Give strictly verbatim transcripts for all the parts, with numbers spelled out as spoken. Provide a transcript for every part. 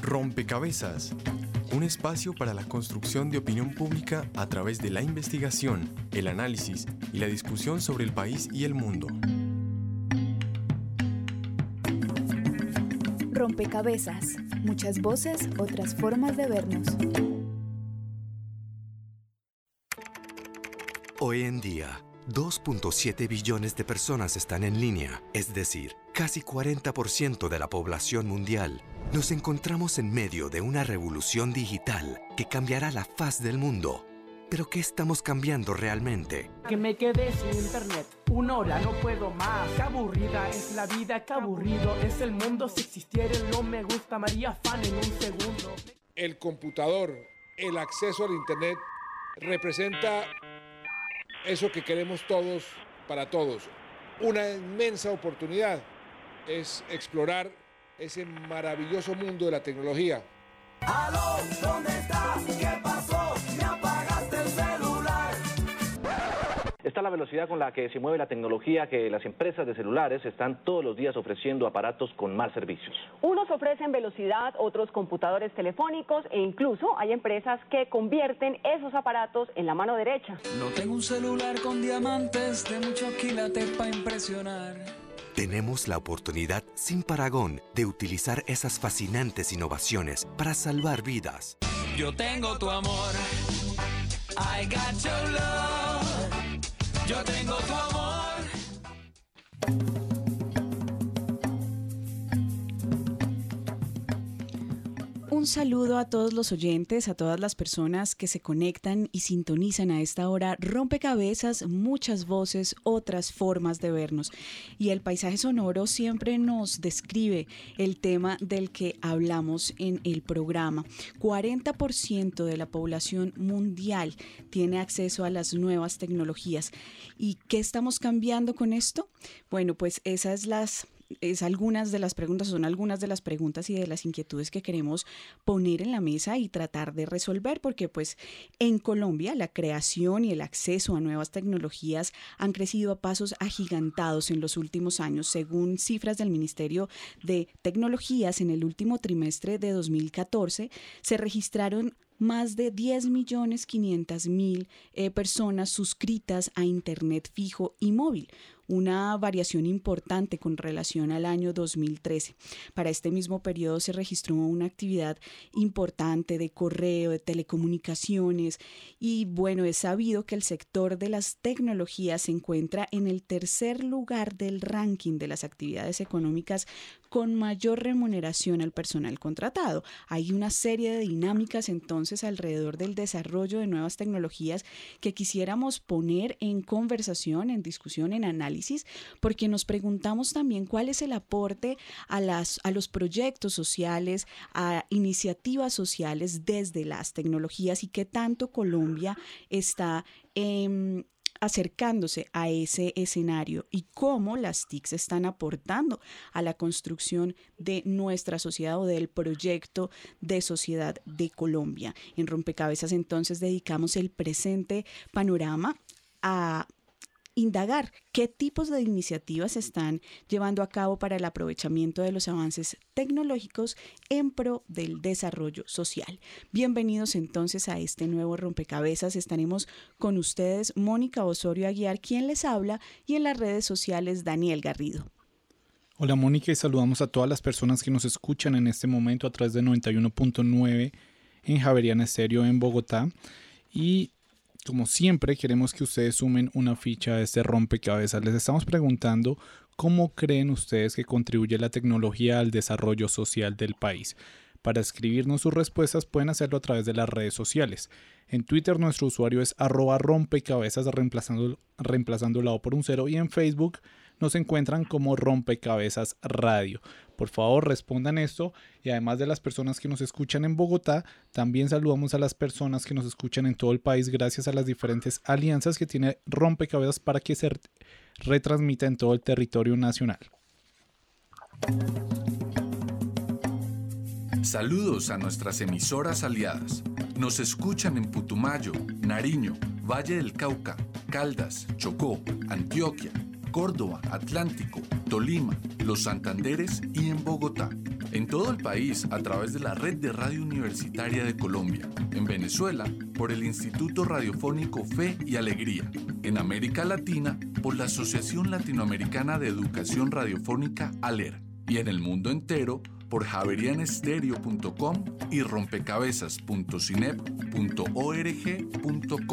Rompecabezas, un espacio para la construcción de opinión pública a través de la investigación, el análisis y la discusión sobre el país y el mundo. Rompecabezas, muchas voces, otras formas de vernos. Hoy en día, dos punto siete billones de personas están en línea, es decir, casi cuarenta por ciento de la población mundial. Nos encontramos en medio de una revolución digital que cambiará la faz del mundo. ¿Pero qué estamos cambiando realmente? Que me quedé sin internet, una hora no puedo más. Qué aburrida es la vida, qué aburrido es el mundo. Si existiera el no me gusta, María Fan en un segundo. El computador, el acceso al internet, representa eso que queremos todos para todos. Una inmensa oportunidad es explorar ese maravilloso mundo de la tecnología. ¡Aló! ¿Dónde estás? ¿Qué pasó? Me apagaste el celular. Está la velocidad con la que se mueve la tecnología, que las empresas de celulares están todos los días ofreciendo aparatos con más servicios. Unos ofrecen velocidad, otros computadores telefónicos e incluso hay empresas que convierten esos aparatos en la mano derecha. No tengo un celular con diamantes de muchos quilates para impresionar. Tenemos la oportunidad sin parangón de utilizar esas fascinantes innovaciones para salvar vidas. Yo tengo tu amor, I got your love. Yo tengo tu amor. Un saludo a todos los oyentes, a todas las personas que se conectan y sintonizan a esta hora. Rompecabezas, muchas voces, otras formas de vernos. Y el paisaje sonoro siempre nos describe el tema del que hablamos en el programa. cuarenta por ciento de la población mundial tiene acceso a las nuevas tecnologías. ¿Y qué estamos cambiando con esto? Bueno, pues esas las... Es algunas de las preguntas, son algunas de las preguntas y de las inquietudes que queremos poner en la mesa y tratar de resolver, porque pues en Colombia la creación y el acceso a nuevas tecnologías han crecido a pasos agigantados en los últimos años. Según cifras del Ministerio de Tecnologías, en el último trimestre de dos mil catorce se registraron más de diez millones quinientas mil eh, personas suscritas a Internet fijo y móvil, una variación importante con relación al año dos mil trece. Para este mismo periodo se registró una actividad importante de correo, de telecomunicaciones y bueno, es sabido que el sector de las tecnologías se encuentra en el tercer lugar del ranking de las actividades económicas con mayor remuneración al personal contratado. Hay una serie de dinámicas entonces alrededor del desarrollo de nuevas tecnologías que quisiéramos poner en conversación, en discusión, en análisis, porque nos preguntamos también cuál es el aporte a, las, a los proyectos sociales, a iniciativas sociales desde las tecnologías y qué tanto Colombia está eh, acercándose a ese escenario y cómo las T I Cs están aportando a la construcción de nuestra sociedad o del proyecto de sociedad de Colombia. En Rompecabezas entonces dedicamos el presente panorama a indagar qué tipos de iniciativas se están llevando a cabo para el aprovechamiento de los avances tecnológicos en pro del desarrollo social. Bienvenidos entonces a este nuevo Rompecabezas. Estaremos con ustedes Mónica Osorio Aguiar, quien les habla, y en las redes sociales Daniel Garrido. Hola Mónica, y saludamos a todas las personas que nos escuchan en este momento a través de noventa y uno punto nueve en Javeriana Estéreo en Bogotá. Y como siempre, queremos que ustedes sumen una ficha a este rompecabezas. Les estamos preguntando cómo creen ustedes que contribuye la tecnología al desarrollo social del país. Para escribirnos sus respuestas pueden hacerlo a través de las redes sociales. En Twitter nuestro usuario es arroba rompecabezas reemplazando, reemplazando la O por un cero, y en Facebook nos encuentran como Rompecabezas Radio. Por favor, respondan esto, y además de las personas que nos escuchan en Bogotá, también saludamos a las personas que nos escuchan en todo el país gracias a las diferentes alianzas que tiene Rompecabezas para que se retransmita en todo el territorio nacional. Saludos a nuestras emisoras aliadas. Nos escuchan en Putumayo, Nariño, Valle del Cauca, Caldas, Chocó, Antioquia, Córdoba, Atlántico, Tolima, Los Santanderes y en Bogotá. En todo el país a través de la Red de Radio Universitaria de Colombia. En Venezuela por el Instituto Radiofónico Fe y Alegría. En América Latina por la Asociación Latinoamericana de Educación Radiofónica ALER. Y en el mundo entero por javeriana estéreo punto com y rompecabezas punto cinep punto org punto co.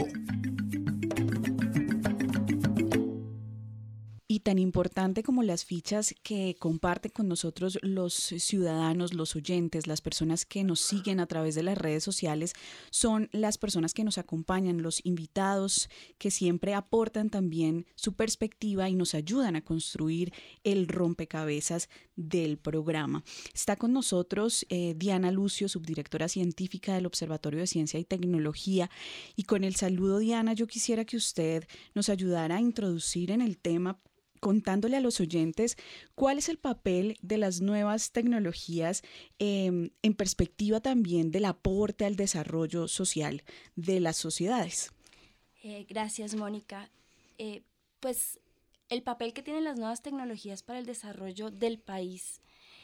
Y tan importante como las fichas que comparten con nosotros los ciudadanos, los oyentes, las personas que nos siguen a través de las redes sociales, son las personas que nos acompañan, los invitados que siempre aportan también su perspectiva y nos ayudan a construir el rompecabezas del programa. Está con nosotros eh, Diana Lucio, subdirectora científica del Observatorio de Ciencia y Tecnología. Y con el saludo, Diana, yo quisiera que usted nos ayudara a introducir en el tema, contándole a los oyentes cuál es el papel de las nuevas tecnologías eh, en perspectiva también del aporte al desarrollo social de las sociedades. Eh, gracias, Mónica. Eh, pues el papel que tienen las nuevas tecnologías para el desarrollo del país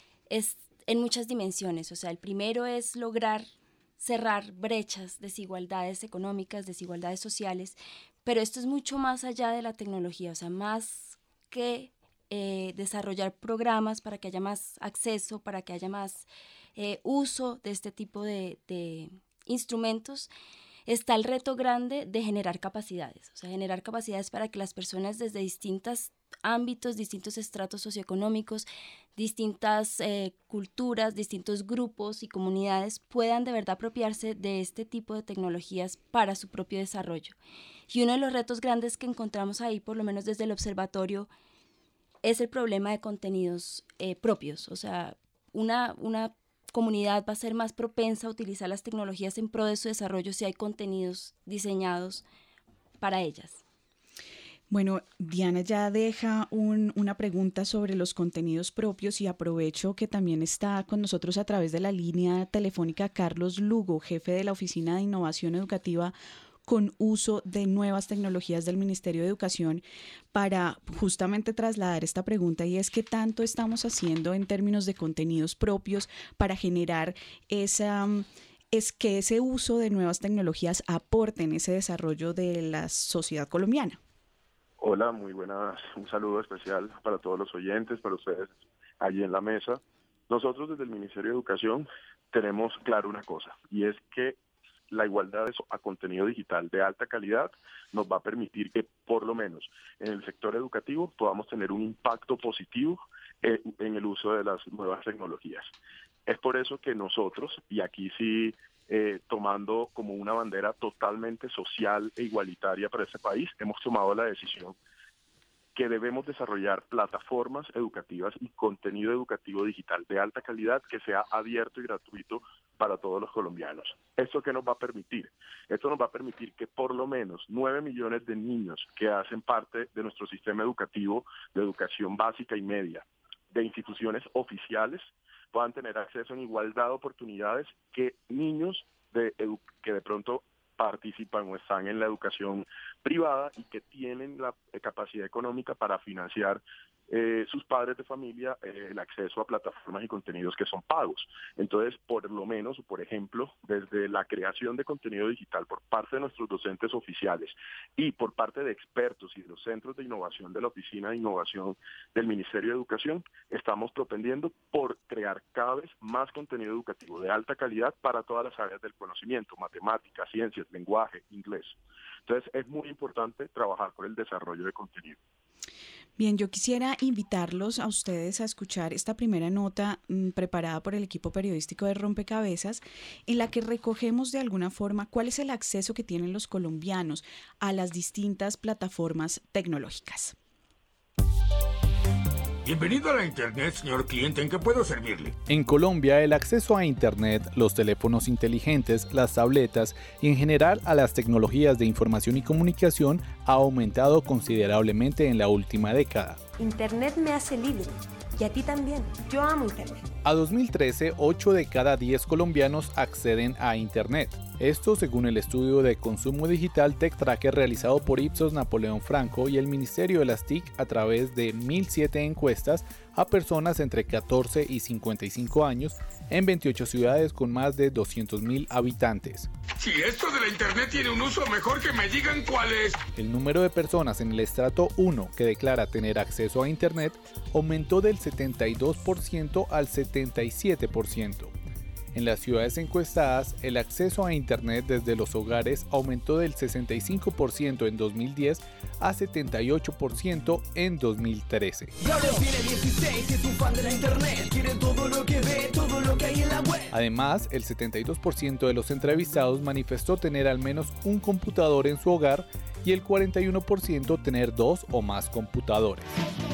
es en muchas dimensiones. O sea, el primero es lograr cerrar brechas, desigualdades económicas, desigualdades sociales, pero esto es mucho más allá de la tecnología, o sea, más que eh, desarrollar programas para que haya más acceso, para que haya más eh, uso de este tipo de, de instrumentos, está el reto grande de generar capacidades, o sea, generar capacidades para que las personas desde distintos ámbitos, distintos estratos socioeconómicos, distintas eh, culturas, distintos grupos y comunidades puedan de verdad apropiarse de este tipo de tecnologías para su propio desarrollo. Y uno de los retos grandes que encontramos ahí, por lo menos desde el observatorio, es el problema de contenidos eh, propios. O sea, una, una comunidad va a ser más propensa a utilizar las tecnologías en pro de su desarrollo si hay contenidos diseñados para ellas. Bueno, Diana ya deja un, una pregunta sobre los contenidos propios y aprovecho que también está con nosotros a través de la línea telefónica Carlos Lugo, jefe de la Oficina de Innovación Educativa con uso de nuevas tecnologías del Ministerio de Educación, para justamente trasladar esta pregunta, y es qué tanto estamos haciendo en términos de contenidos propios para generar esa, es que ese uso de nuevas tecnologías aporte en ese desarrollo de la sociedad colombiana. Hola, muy buenas, un saludo especial para todos los oyentes, para ustedes allí en la mesa. Nosotros desde el Ministerio de Educación tenemos claro una cosa, y es que la igualdad a contenido digital de alta calidad nos va a permitir que, por lo menos en el sector educativo, podamos tener un impacto positivo en el uso de las nuevas tecnologías. Es por eso que nosotros, y aquí sí eh, tomando como una bandera totalmente social e igualitaria para este país, hemos tomado la decisión que debemos desarrollar plataformas educativas y contenido educativo digital de alta calidad que sea abierto y gratuito para todos los colombianos. ¿Esto qué nos va a permitir? Esto nos va a permitir que por lo menos nueve millones de niños que hacen parte de nuestro sistema educativo de educación básica y media, de instituciones oficiales, puedan tener acceso en igualdad de oportunidades que niños de edu- que de pronto participan o están en la educación privada y que tienen la capacidad económica para financiar eh, sus padres de familia eh, el acceso a plataformas y contenidos que son pagos. Entonces, por lo menos, por ejemplo, desde la creación de contenido digital por parte de nuestros docentes oficiales y por parte de expertos y de los centros de innovación de la Oficina de Innovación del Ministerio de Educación, estamos propendiendo por crear cada vez más contenido educativo de alta calidad para todas las áreas del conocimiento, matemáticas, ciencias, lenguaje, inglés. Entonces, es muy importante trabajar por el desarrollo de contenido. Bien, yo quisiera invitarlos a ustedes a escuchar esta primera nota mmm, preparada por el equipo periodístico de Rompecabezas, en la que recogemos de alguna forma cuál es el acceso que tienen los colombianos a las distintas plataformas tecnológicas. Bienvenido a la Internet, señor cliente. ¿En qué puedo servirle? En Colombia, el acceso a Internet, los teléfonos inteligentes, las tabletas y en general a las tecnologías de información y comunicación ha aumentado considerablemente en la última década. Internet me hace libre. Y a ti también. Yo amo Internet. A dos mil trece, ocho de cada diez colombianos acceden a Internet. Esto según el estudio de consumo digital Tech Tracker realizado por Ipsos Napoleón Franco y el Ministerio de las T I C a través de mil siete encuestas a personas entre catorce y cincuenta y cinco años en veintiocho ciudades con más de doscientos mil habitantes. Si esto de la Internet tiene un uso, mejor que me digan cuál es. El número de personas en el estrato uno que declara tener acceso a Internet aumentó del setenta y dos por ciento al setenta y siete por ciento. En las ciudades encuestadas, el acceso a Internet desde los hogares aumentó del sesenta y cinco por ciento en dos mil diez a setenta y ocho por ciento en dos mil trece. Además, el setenta y dos por ciento de los entrevistados manifestó tener al menos un computador en su hogar y el cuarenta y uno por ciento tener dos o más computadores.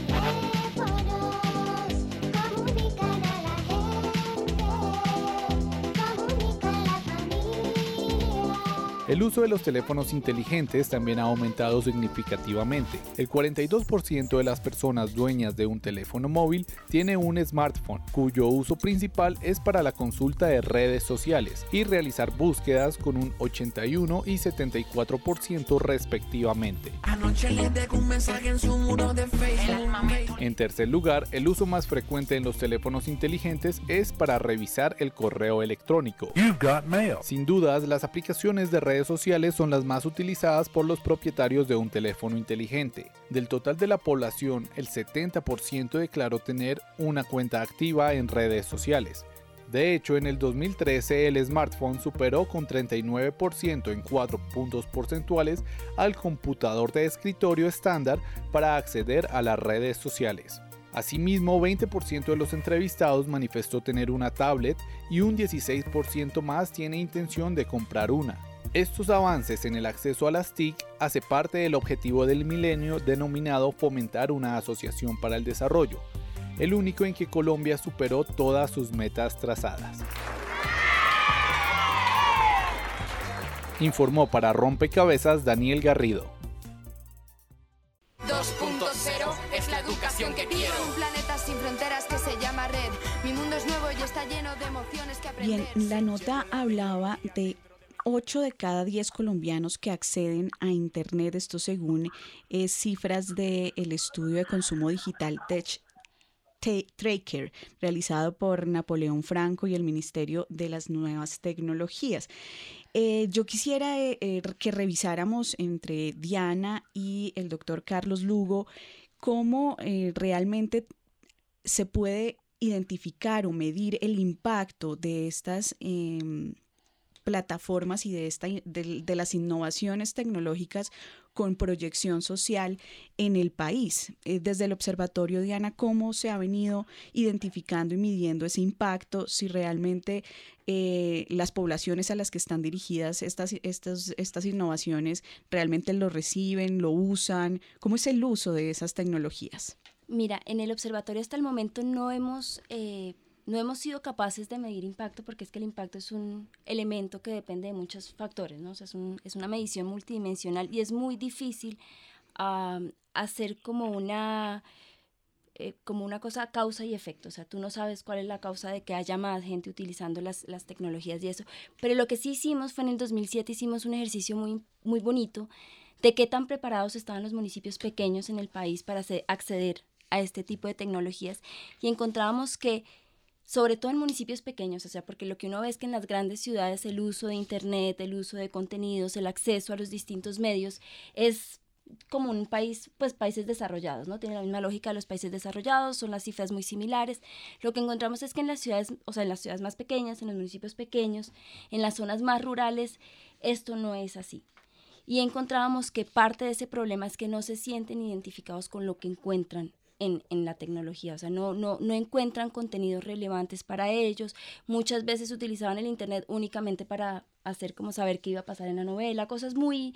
El uso de los teléfonos inteligentes también ha aumentado significativamente. El cuarenta y dos por ciento de las personas dueñas de un teléfono móvil tiene un smartphone, cuyo uso principal es para la consulta de redes sociales y realizar búsquedas con un ochenta y uno y setenta y cuatro por ciento respectivamente. Anoche le dejé un mensaje en su muro de Facebook. En tercer lugar, el uso más frecuente en los teléfonos inteligentes es para revisar el correo electrónico. You've got mail. Sin dudas, las aplicaciones de redes sociales son las más utilizadas por los propietarios de un teléfono inteligente. Del total de la población, el setenta por ciento declaró tener una cuenta activa en redes sociales. De hecho, en el dos mil trece el smartphone superó con treinta y nueve por ciento en cuatro puntos porcentuales al computador de escritorio estándar para acceder a las redes sociales. Asimismo, veinte por ciento de los entrevistados manifestó tener una tablet y un dieciséis por ciento más tiene intención de comprar una. Estos avances en el acceso a las T I C hace parte del objetivo del milenio denominado fomentar una asociación para el desarrollo, el único en que Colombia superó todas sus metas trazadas. Informó para Rompecabezas Daniel Garrido. dos punto cero es la educación que quiero. Un planeta sin fronteras que se llama Red. Mi mundo es nuevo y está lleno de emociones que aprender. Bien, la nota hablaba de ocho de cada diez colombianos que acceden a Internet, esto según eh, cifras del estudio de consumo digital Tech Tracker, realizado por Napoleón Franco y el Ministerio de las Nuevas Tecnologías. Eh, yo quisiera eh, eh, que revisáramos entre Diana y el doctor Carlos Lugo cómo eh, realmente se puede identificar o medir el impacto de estas eh, plataformas y de, esta, de, de las innovaciones tecnológicas con proyección social en el país. Eh, desde el observatorio, Diana, ¿cómo se ha venido identificando y midiendo ese impacto? Si realmente eh, las poblaciones a las que están dirigidas estas, estas, estas innovaciones realmente lo reciben, lo usan. ¿Cómo es el uso de esas tecnologías? Mira, en el observatorio hasta el momento no hemos... Eh, No hemos sido capaces de medir impacto porque es que el impacto es un elemento que depende de muchos factores, ¿no? O sea, es, un, es una medición multidimensional y es muy difícil uh, hacer como una, eh, como una cosa causa y efecto. O sea, tú no sabes cuál es la causa de que haya más gente utilizando las, las tecnologías y eso. Pero lo que sí hicimos fue en el dos mil siete, hicimos un ejercicio muy, muy bonito de qué tan preparados estaban los municipios pequeños en el país para hacer, acceder a este tipo de tecnologías y encontrábamos que sobre todo en municipios pequeños, o sea, porque lo que uno ve es que en las grandes ciudades el uso de internet, el uso de contenidos, el acceso a los distintos medios es como un país, pues países desarrollados, ¿no? Tiene la misma lógica de los países desarrollados, son las cifras muy similares. Lo que encontramos es que en las ciudades, o sea, en las ciudades más pequeñas, en los municipios pequeños, en las zonas más rurales, esto no es así. Y encontrábamos que parte de ese problema es que no se sienten identificados con lo que encuentran En, en la tecnología, o sea, no, no, no encuentran contenidos relevantes para ellos. Muchas veces utilizaban el internet únicamente para hacer como saber qué iba a pasar en la novela, cosas muy,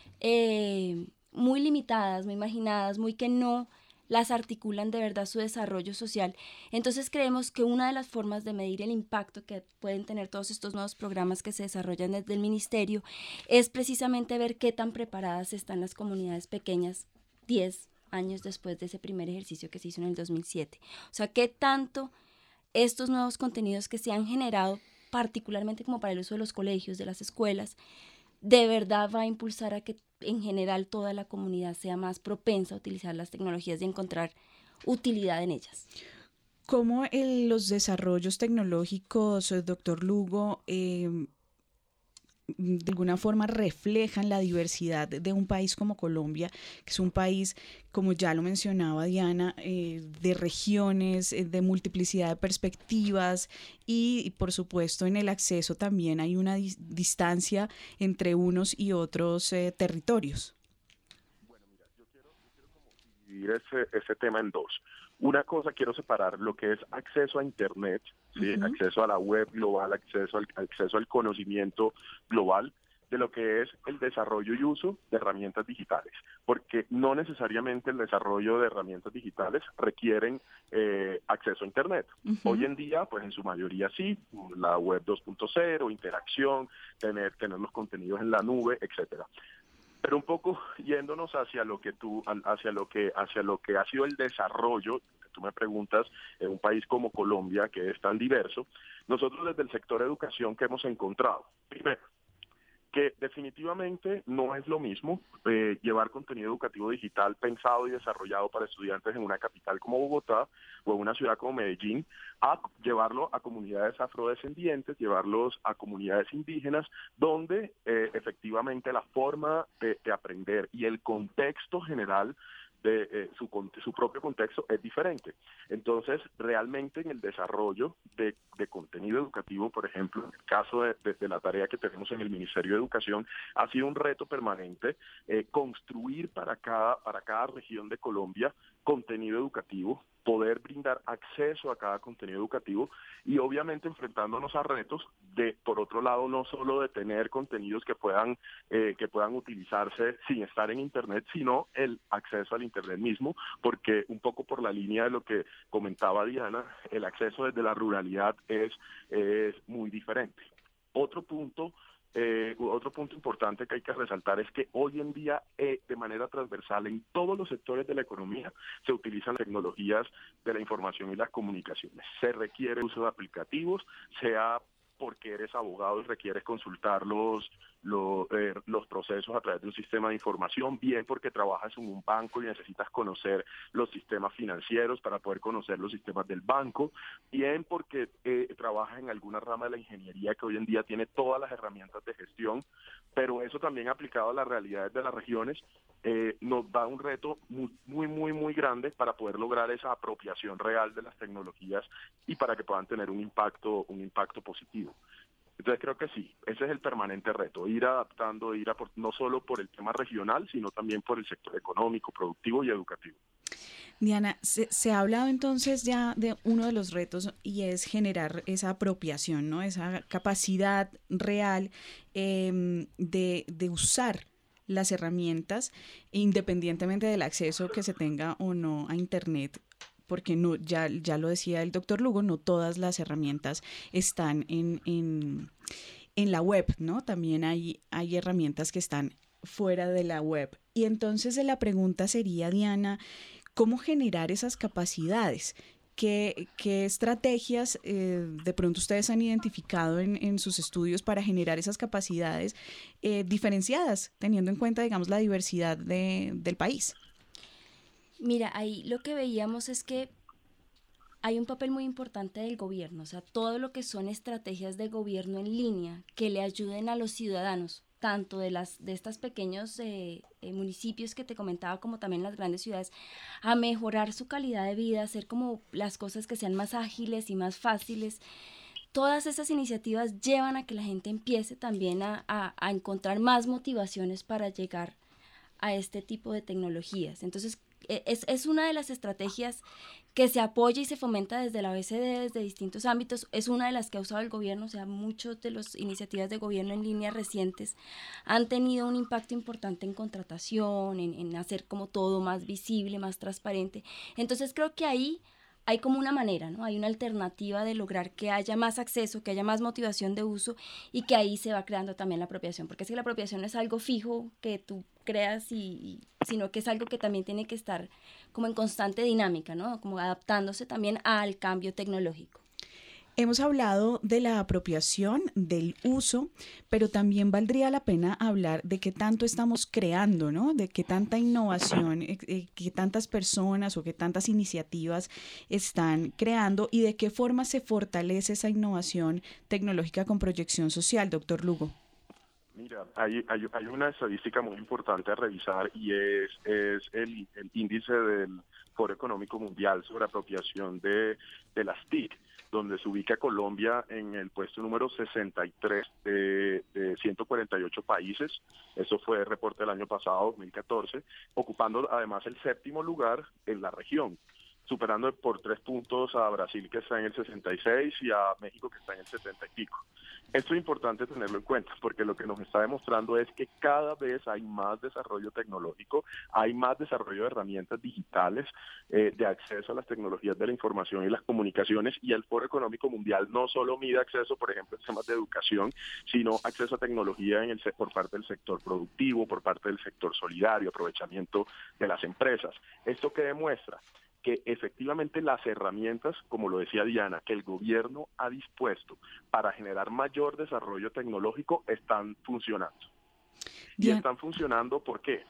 eh, muy limitadas, muy marginadas, muy que no las articulan de verdad su desarrollo social. Entonces creemos que una de las formas de medir el impacto que pueden tener todos estos nuevos programas que se desarrollan desde el ministerio es precisamente ver qué tan preparadas están las comunidades pequeñas, diez años después de ese primer ejercicio que se hizo en el dos mil siete. O sea, ¿qué tanto estos nuevos contenidos que se han generado, particularmente como para el uso de los colegios, de las escuelas, de verdad va a impulsar a que en general toda la comunidad sea más propensa a utilizar las tecnologías y encontrar utilidad en ellas? ¿Cómo el, los desarrollos tecnológicos, doctor Lugo, eh, de alguna forma reflejan la diversidad de un país como Colombia, que es un país, como ya lo mencionaba Diana, eh, de regiones, eh, de multiplicidad de perspectivas y, y por supuesto en el acceso también hay una dis- distancia entre unos y otros eh, territorios? Bueno, mira, yo quiero, yo quiero como dividir ese, ese tema en dos. Una cosa, quiero separar lo que es acceso a Internet, ¿sí? Uh-huh. Acceso a la web global, acceso al, acceso al conocimiento global, de lo que es el desarrollo y uso de herramientas digitales, porque no necesariamente el desarrollo de herramientas digitales requieren eh, acceso a Internet. Uh-huh. Hoy en día, pues en su mayoría sí, la web dos punto cero, interacción, tener, tener los contenidos en la nube, etcétera. Pero un poco yéndonos hacia lo que tú, hacia lo que, hacia lo que ha sido el desarrollo, tú me preguntas, en un país como Colombia, que es tan diverso, nosotros desde el sector educación, ¿qué hemos encontrado? Primero, que definitivamente no es lo mismo eh, llevar contenido educativo digital pensado y desarrollado para estudiantes en una capital como Bogotá o en una ciudad como Medellín, a llevarlo a comunidades afrodescendientes, llevarlos a comunidades indígenas, donde eh, efectivamente la forma de, de aprender y el contexto general de eh, su, su propio contexto es diferente. Entonces, realmente en el desarrollo de, de contenido educativo, por ejemplo, en el caso de, de, de la tarea que tenemos en el Ministerio de Educación, ha sido un reto permanente eh, construir para cada, para cada región de Colombia contenido educativo, poder brindar acceso a cada contenido educativo y obviamente enfrentándonos a retos de, por otro lado, no solo de tener contenidos que puedan eh, que puedan utilizarse sin estar en Internet, sino el acceso al Internet mismo, porque un poco por la línea de lo que comentaba Diana, el acceso desde la ruralidad es, es muy diferente. Otro punto Eh, otro punto importante que hay que resaltar es que hoy en día, eh, de manera transversal, en todos los sectores de la economía, se utilizan tecnologías de la información y las comunicaciones. Se requiere el uso de aplicativos, sea porque eres abogado y requieres consultar los, los, eh, los procesos a través de un sistema de información, bien porque trabajas en un banco y necesitas conocer los sistemas financieros para poder conocer los sistemas del banco, bien porque eh, trabajas en alguna rama de la ingeniería que hoy en día tiene todas las herramientas de gestión, pero eso también aplicado a las realidades de las regiones eh, nos da un reto muy, muy, muy, muy grande para poder lograr esa apropiación real de las tecnologías y para que puedan tener un impacto, un impacto positivo. Entonces creo que sí, ese es el permanente reto, ir adaptando, ir a por, no solo por el tema regional, sino también por el sector económico, productivo y educativo. Diana, se, se ha hablado entonces ya de uno de los retos y es generar esa apropiación, ¿no? Esa capacidad real eh, de, de usar las herramientas independientemente del acceso que se tenga o no a Internet, porque no, ya, ya lo decía el doctor Lugo, no todas las herramientas están en, en, en la web, ¿no? También hay, hay herramientas que están fuera de la web. Y entonces la pregunta sería, Diana, ¿cómo generar esas capacidades? ¿Qué, qué estrategias eh, de pronto ustedes han identificado en, en sus estudios para generar esas capacidades eh, diferenciadas, teniendo en cuenta, digamos, la diversidad de, del país? Mira, ahí lo que veíamos es que hay un papel muy importante del gobierno, o sea, todo lo que son estrategias de gobierno en línea que le ayuden a los ciudadanos, tanto de las de estos pequeños eh, eh, municipios que te comentaba, como también las grandes ciudades, a mejorar su calidad de vida, hacer como las cosas que sean más ágiles y más fáciles. Todas esas iniciativas llevan a que la gente empiece también a, a, a encontrar más motivaciones para llegar a este tipo de tecnologías. Entonces, Es, es una de las estrategias que se apoya y se fomenta desde la B C D, desde distintos ámbitos. Es una de las que ha usado el gobierno, o sea, muchas de las iniciativas de gobierno en línea recientes han tenido un impacto importante en contratación, en, en hacer como todo más visible, más transparente. Entonces creo que ahí hay como una manera, ¿no? Hay una alternativa de lograr que haya más acceso, que haya más motivación de uso y que ahí se va creando también la apropiación, porque es que la apropiación no es algo fijo que tú creas, y, y, sino que es algo que también tiene que estar como en constante dinámica, ¿no? Como adaptándose también al cambio tecnológico. Hemos hablado de la apropiación, del uso, pero también valdría la pena hablar de qué tanto estamos creando, ¿no? De qué tanta innovación, eh, eh, qué tantas personas o qué tantas iniciativas están creando y de qué forma se fortalece esa innovación tecnológica con proyección social, doctor Lugo. Mira, hay, hay, hay una estadística muy importante a revisar y es, es el, el índice del Foro Económico Mundial sobre apropiación de, de las T I C, donde se ubica Colombia en el puesto número sesenta y tres de, de ciento cuarenta y ocho países. Eso fue el reporte del año pasado, dos mil catorce, ocupando además el séptimo lugar en la región, superando por tres puntos a Brasil, que está en el sesenta y seis, y a México, que está en el setenta y pico. Esto es importante tenerlo en cuenta, porque lo que nos está demostrando es que cada vez hay más desarrollo tecnológico, hay más desarrollo de herramientas digitales, eh, de acceso a las tecnologías de la información y las comunicaciones, y el Foro Económico Mundial no solo mide acceso, por ejemplo, en temas de educación, sino acceso a tecnología en el, por parte del sector productivo, por parte del sector solidario, aprovechamiento de las empresas. ¿Esto qué demuestra? Que efectivamente las herramientas, como lo decía Diana, que el gobierno ha dispuesto para generar mayor desarrollo tecnológico están funcionando. Diana. Y están funcionando, ¿por qué?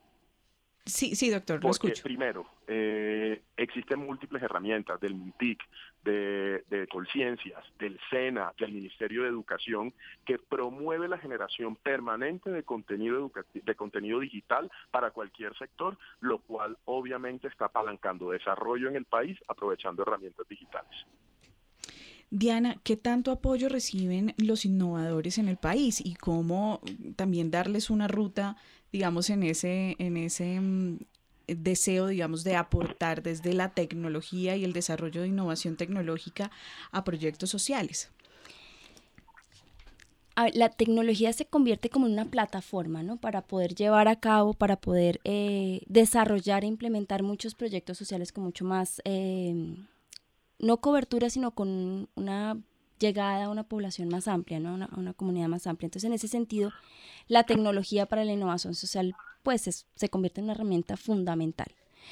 Sí, sí, doctor, Porque, lo escucho. Primero, eh, existen múltiples herramientas del MINTIC, de, de Colciencias, del SENA, del Ministerio de Educación, que promueve la generación permanente de contenido educativo, de contenido digital para cualquier sector, lo cual obviamente está apalancando desarrollo en el país, aprovechando herramientas digitales. Diana, ¿qué tanto apoyo reciben los innovadores en el país y cómo también darles una ruta, digamos, en ese, en ese um, deseo, digamos, de aportar desde la tecnología y el desarrollo de innovación tecnológica a proyectos sociales? La tecnología se convierte como en una plataforma, ¿no? Para poder llevar a cabo, para poder eh, desarrollar e implementar muchos proyectos sociales con mucho más... Eh, no cobertura, sino con una llegada a una población más amplia, ¿no? Una, una comunidad más amplia. Entonces, en ese sentido, la tecnología para la innovación social, pues, es, se convierte en una herramienta fundamental.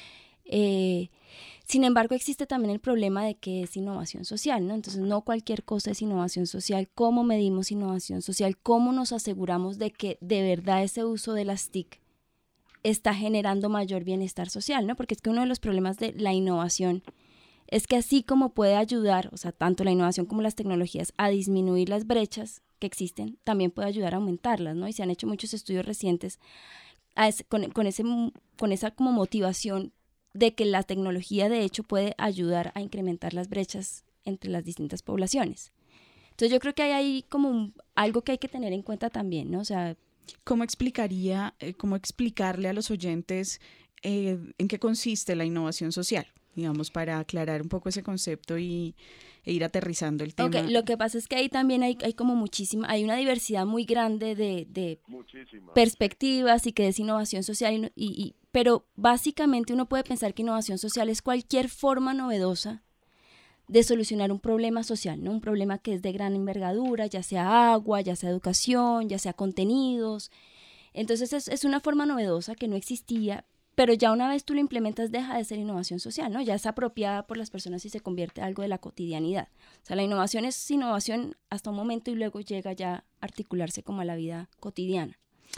Eh, sin embargo, existe también el problema de que es innovación social, ¿no? Entonces, no cualquier cosa es innovación social. ¿Cómo medimos innovación social? ¿Cómo nos aseguramos de que de verdad ese uso de las T I C está generando mayor bienestar social, ¿no? Porque es que uno de los problemas de la innovación es que así como puede ayudar, o sea, tanto la innovación como las tecnologías, a disminuir las brechas que existen, también puede ayudar a aumentarlas, ¿no? Y se han hecho muchos estudios recientes a ese, con, con, ese, con esa como motivación de que la tecnología, de hecho, puede ayudar a incrementar las brechas entre las distintas poblaciones. Entonces, yo creo que hay ahí como un, algo que hay que tener en cuenta también, ¿no? O sea, ¿cómo explicaría, eh, cómo explicarle a los oyentes eh, en qué consiste la innovación social? Digamos, para aclarar un poco ese concepto y e ir aterrizando el tema. Okay, lo que pasa es que ahí también hay, hay como muchísima, hay una diversidad muy grande de, de perspectivas y que es innovación social, y, y, pero básicamente uno puede pensar que innovación social es cualquier forma novedosa de solucionar un problema social, ¿no? Un problema que es de gran envergadura, ya sea agua, ya sea educación, ya sea contenidos. Entonces es, es una forma novedosa que no existía, pero ya una vez tú lo implementas deja de ser innovación social, ¿no? Ya es apropiada por las personas y se convierte en algo de la cotidianidad. O sea, la innovación es innovación hasta un momento y luego llega ya a articularse como a la vida cotidiana.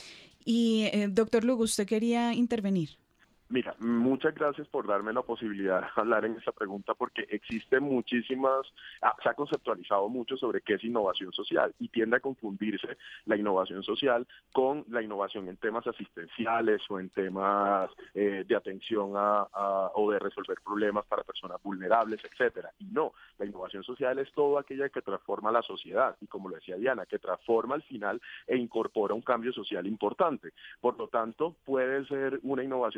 Y, eh, doctor Lugo, ¿usted quería intervenir? Mira, muchas gracias por darme la posibilidad de hablar en esta pregunta, porque existe muchísimas, ah, se ha conceptualizado mucho sobre qué es innovación social y tiende a confundirse la innovación social con la innovación en temas asistenciales o en temas eh, de atención a, a, o de resolver problemas para personas vulnerables, etcétera. Y no, la innovación social es todo aquella que transforma la sociedad y, como lo decía Diana, que transforma al final e incorpora un cambio social importante. Por lo tanto, puede ser una innovación social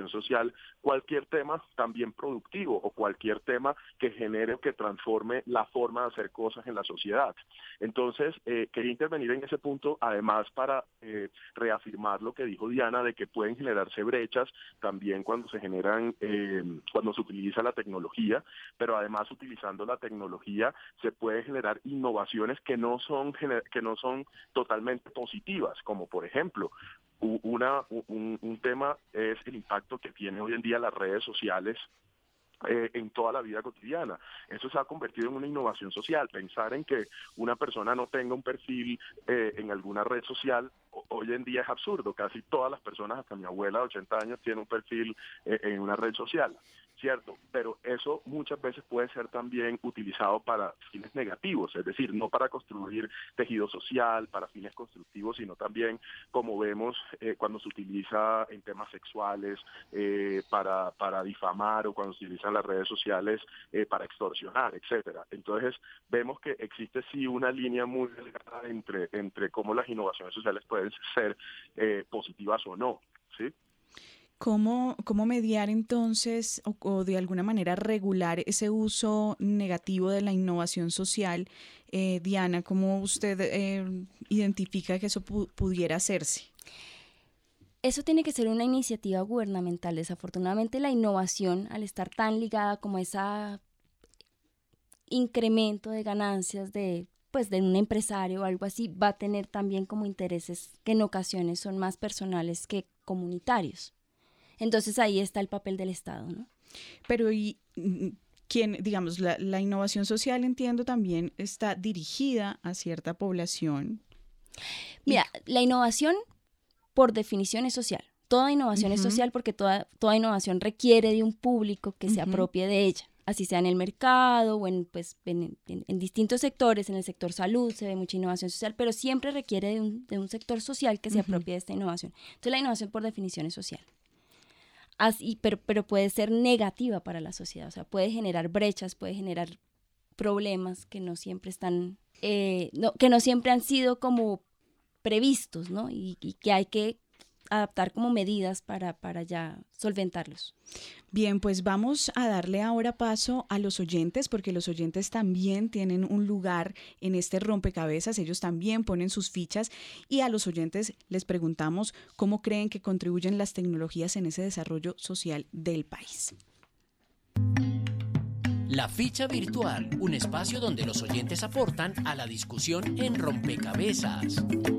social cualquier tema también productivo o cualquier tema que genere o que transforme la forma de hacer cosas en la sociedad. Entonces, eh, quería intervenir en ese punto, además para eh, reafirmar lo que dijo Diana, de que pueden generarse brechas también cuando se generan, eh, cuando se utiliza la tecnología, pero además utilizando la tecnología se pueden generar innovaciones que no son, que no son totalmente positivas, como por ejemplo, Una, un, un tema es el impacto que tienen hoy en día las redes sociales eh, en toda la vida cotidiana. Eso se ha convertido en una innovación social. Pensar en que una persona no tenga un perfil eh, en alguna red social hoy en día es absurdo. Casi todas las personas, hasta mi abuela de ochenta años, tiene un perfil eh, en una red social, ¿cierto? Pero eso muchas veces puede ser también utilizado para fines negativos, es decir, no para construir tejido social, para fines constructivos, sino también, como vemos, eh, cuando se utiliza en temas sexuales, eh, para, para difamar, o cuando se utilizan las redes sociales eh, para extorsionar, etcétera. Entonces, vemos que existe sí una línea muy delgada entre, entre cómo las innovaciones sociales pueden ser eh, positivas o no, ¿sí? ¿Cómo, cómo mediar entonces o, o de alguna manera regular ese uso negativo de la innovación social? Eh, Diana, ¿cómo usted eh, identifica que eso pu- pudiera hacerse? Eso tiene que ser una iniciativa gubernamental. Desafortunadamente la innovación, al estar tan ligada como a ese incremento de ganancias de, pues, de un empresario o algo así, va a tener también como intereses que en ocasiones son más personales que comunitarios. Entonces ahí está el papel del Estado, ¿no? Pero y quién, digamos, la, la innovación social, entiendo, también está dirigida a cierta población. Mira, y... la innovación por definición es social. Toda innovación uh-huh. es social porque toda, toda innovación requiere de un público que uh-huh. se apropie de ella. Así sea en el mercado o en, pues, en, en, en distintos sectores. En el sector salud se ve mucha innovación social, pero siempre requiere de un, de un sector social que se uh-huh. apropie de esta innovación. Entonces la innovación por definición es social. Así, pero, pero puede ser negativa para la sociedad, o sea, puede generar brechas, puede generar problemas que no siempre están, eh, no, que no siempre han sido como previstos, ¿no? Y, y que hay que adaptar como medidas para, para ya solventarlos. Bien, pues vamos a darle ahora paso a los oyentes, porque los oyentes también tienen un lugar en este rompecabezas, ellos también ponen sus fichas, y a los oyentes les preguntamos cómo creen que contribuyen las tecnologías en ese desarrollo social del país. La ficha virtual, un espacio donde los oyentes aportan a la discusión en Rompecabezas.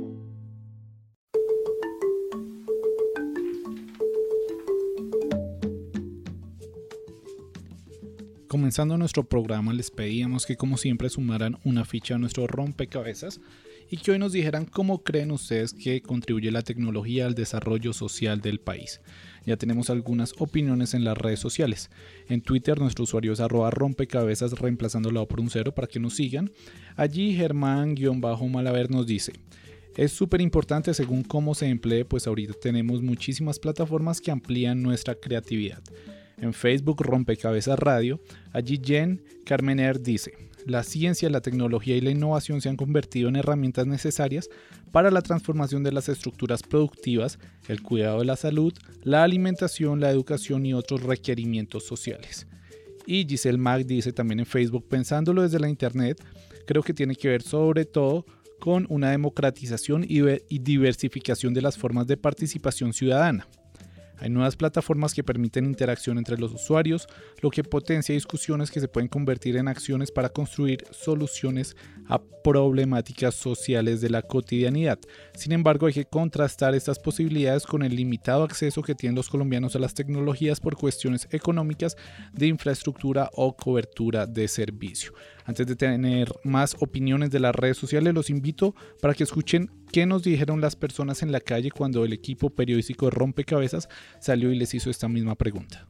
Comenzando nuestro programa, les pedíamos que como siempre sumaran una ficha a nuestro rompecabezas y que hoy nos dijeran cómo creen ustedes que contribuye la tecnología al desarrollo social del país. Ya tenemos algunas opiniones en las redes sociales. En Twitter nuestro usuario es arroba rompecabezas, reemplazando la O por un cero para que nos sigan. Allí Germán-Malaver nos dice: es súper importante según cómo se emplee, pues ahorita tenemos muchísimas plataformas que amplían nuestra creatividad. En Facebook, Rompecabezas Radio, allí Jen Carmener dice: la ciencia, la tecnología y la innovación se han convertido en herramientas necesarias para la transformación de las estructuras productivas, el cuidado de la salud, la alimentación, la educación y otros requerimientos sociales. Y Giselle Mag dice también en Facebook: pensándolo desde la internet, creo que tiene que ver sobre todo con una democratización y diversificación de las formas de participación ciudadana. Hay nuevas plataformas que permiten interacción entre los usuarios, lo que potencia discusiones que se pueden convertir en acciones para construir soluciones a problemáticas sociales de la cotidianidad. Sin embargo, hay que contrastar estas posibilidades con el limitado acceso que tienen los colombianos a las tecnologías por cuestiones económicas, de infraestructura o cobertura de servicio. Antes de tener más opiniones de las redes sociales, los invito para que escuchen qué nos dijeron las personas en la calle cuando el equipo periodístico de Rompecabezas salió y les hizo esta misma pregunta.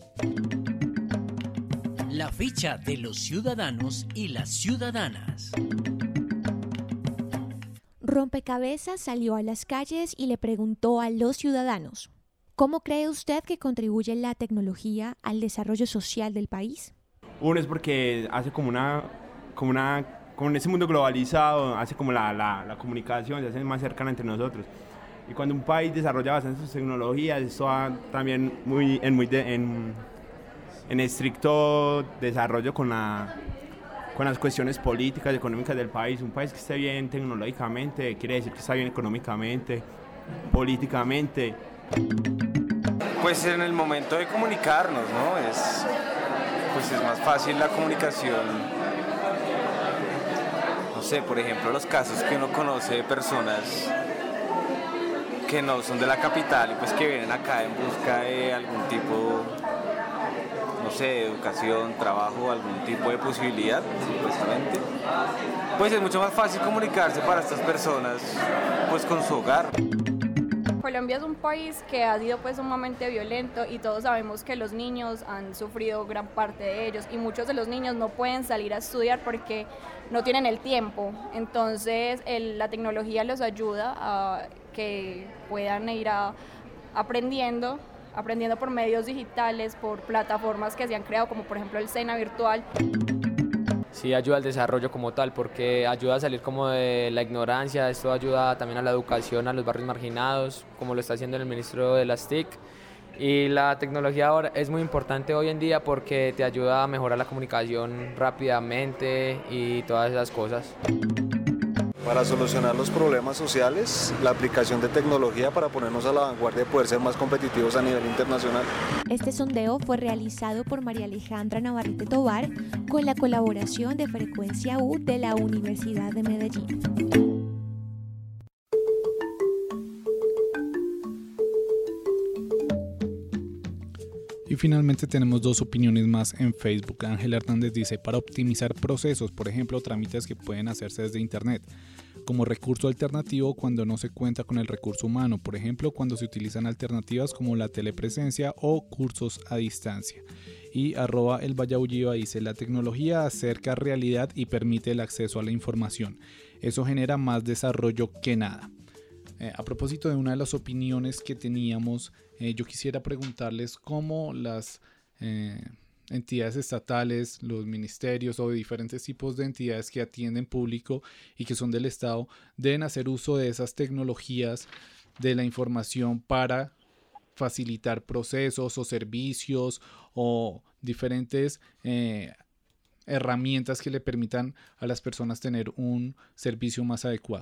La ficha de los ciudadanos y las ciudadanas. Rompecabezas salió a las calles y le preguntó a los ciudadanos: ¿cómo cree usted que contribuye la tecnología al desarrollo social del país? Uno es porque hace como una, como una, como en ese mundo globalizado, hace como la, la, la comunicación se hace más cercana entre nosotros. Y cuando un país desarrolla bastante sus tecnologías, esto va también muy en, muy de, en, en estricto desarrollo con, la, con las cuestiones políticas y económicas del país. Un país que esté bien tecnológicamente quiere decir que está bien económicamente, políticamente. Pues en el momento de comunicarnos, ¿no? Es, pues es más fácil la comunicación. No sé, por ejemplo, los casos que uno conoce de personas que no son de la capital y pues que vienen acá en busca de algún tipo, no sé, de educación, trabajo, algún tipo de posibilidad, supuestamente. Pues es mucho más fácil comunicarse para estas personas, pues con su hogar. Colombia es un país que ha sido pues sumamente violento y todos sabemos que los niños han sufrido gran parte de ellos y muchos de los niños no pueden salir a estudiar porque no tienen el tiempo. Entonces el, la tecnología los ayuda a que puedan ir a, aprendiendo, aprendiendo por medios digitales, por plataformas que se han creado como por ejemplo el SENA virtual. Sí, ayuda al desarrollo como tal, porque ayuda a salir como de la ignorancia, esto ayuda también a la educación a los barrios marginados, como lo está haciendo el ministro de las T I C. Y la tecnología ahora es muy importante hoy en día porque te ayuda a mejorar la comunicación rápidamente y todas esas cosas. Para solucionar los problemas sociales, la aplicación de tecnología para ponernos a la vanguardia y poder ser más competitivos a nivel internacional. Este sondeo fue realizado por María Alejandra Navarrete Tovar con la colaboración de Frecuencia U de la Universidad de Medellín. Y finalmente tenemos dos opiniones más en Facebook. Ángel Hernández dice, para optimizar procesos, por ejemplo, trámites que pueden hacerse desde Internet, como recurso alternativo cuando no se cuenta con el recurso humano, por ejemplo, cuando se utilizan alternativas como la telepresencia o cursos a distancia. Y arroba el Vallaulliva dice, la tecnología acerca realidad y permite el acceso a la información. Eso genera más desarrollo que nada. Eh, a propósito de una de las opiniones que teníamos, eh, yo quisiera preguntarles cómo las eh, entidades estatales, los ministerios o diferentes tipos de entidades que atienden público y que son del Estado deben hacer uso de esas tecnologías de la información para facilitar procesos o servicios o diferentes eh, herramientas que le permitan a las personas tener un servicio más adecuado.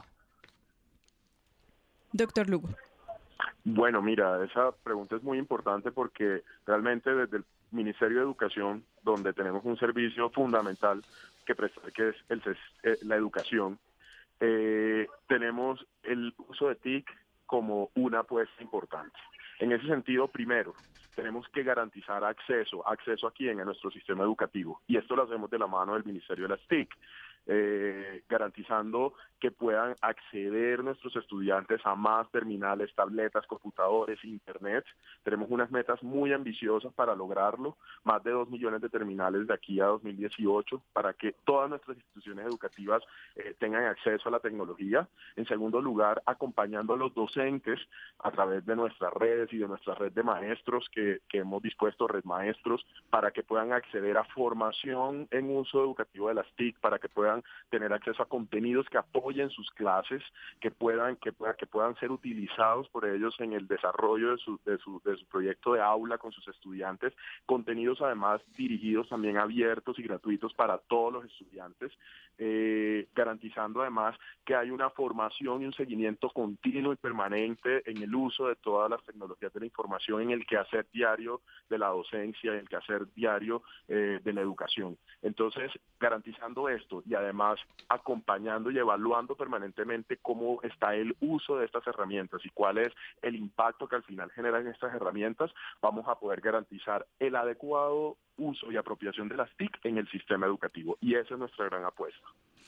Doctor Lugo. Bueno, mira, esa pregunta es muy importante porque realmente desde el Ministerio de Educación, donde tenemos un servicio fundamental que prestar, que es el, eh, la educación, eh, tenemos el uso de T I C como una apuesta importante. En ese sentido, primero, tenemos que garantizar acceso, acceso aquí en nuestro sistema educativo, y esto lo hacemos de la mano del Ministerio de las T I C. Eh, garantizando que puedan acceder nuestros estudiantes a más terminales, tabletas, computadores, internet. Tenemos unas metas muy ambiciosas para lograrlo, más de dos millones de terminales de aquí a dos mil dieciocho, para que todas nuestras instituciones educativas eh, tengan acceso a la tecnología. En segundo lugar, acompañando a los docentes a través de nuestras redes y de nuestra red de maestros que, que hemos dispuesto, Red Maestros, para que puedan acceder a formación en uso educativo de las T I C, para que puedan tener acceso a contenidos que apoyen sus clases, que puedan que puedan, que puedan ser utilizados por ellos en el desarrollo de su, de su de su proyecto de aula con sus estudiantes, contenidos además dirigidos también abiertos y gratuitos para todos los estudiantes, eh, garantizando además que hay una formación y un seguimiento continuo y permanente en el uso de todas las tecnologías de la información, en el quehacer diario de la docencia, en el quehacer diario eh, de la educación. Entonces, garantizando esto y además acompañando y evaluando permanentemente cómo está el uso de estas herramientas y cuál es el impacto que al final generan estas herramientas, vamos a poder garantizar el adecuado uso y apropiación de las T I C en el sistema educativo, y esa es nuestra gran apuesta.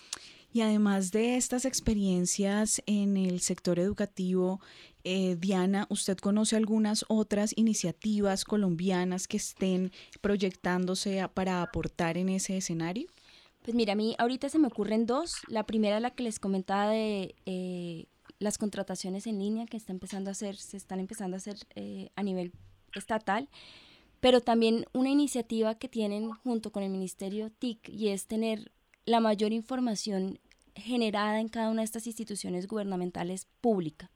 Y además de estas experiencias en el sector educativo, eh, Diana, ¿usted conoce algunas otras iniciativas colombianas que estén proyectándose a, para aportar en ese escenario? Pues mira, a mí ahorita se me ocurren dos. La primera, la que les comentaba de eh, las contrataciones en línea que está empezando a hacer, se están empezando a hacer eh, a nivel estatal, pero también una iniciativa que tienen junto con el Ministerio T I C, y es tener la mayor información generada en cada una de estas instituciones gubernamentales públicas.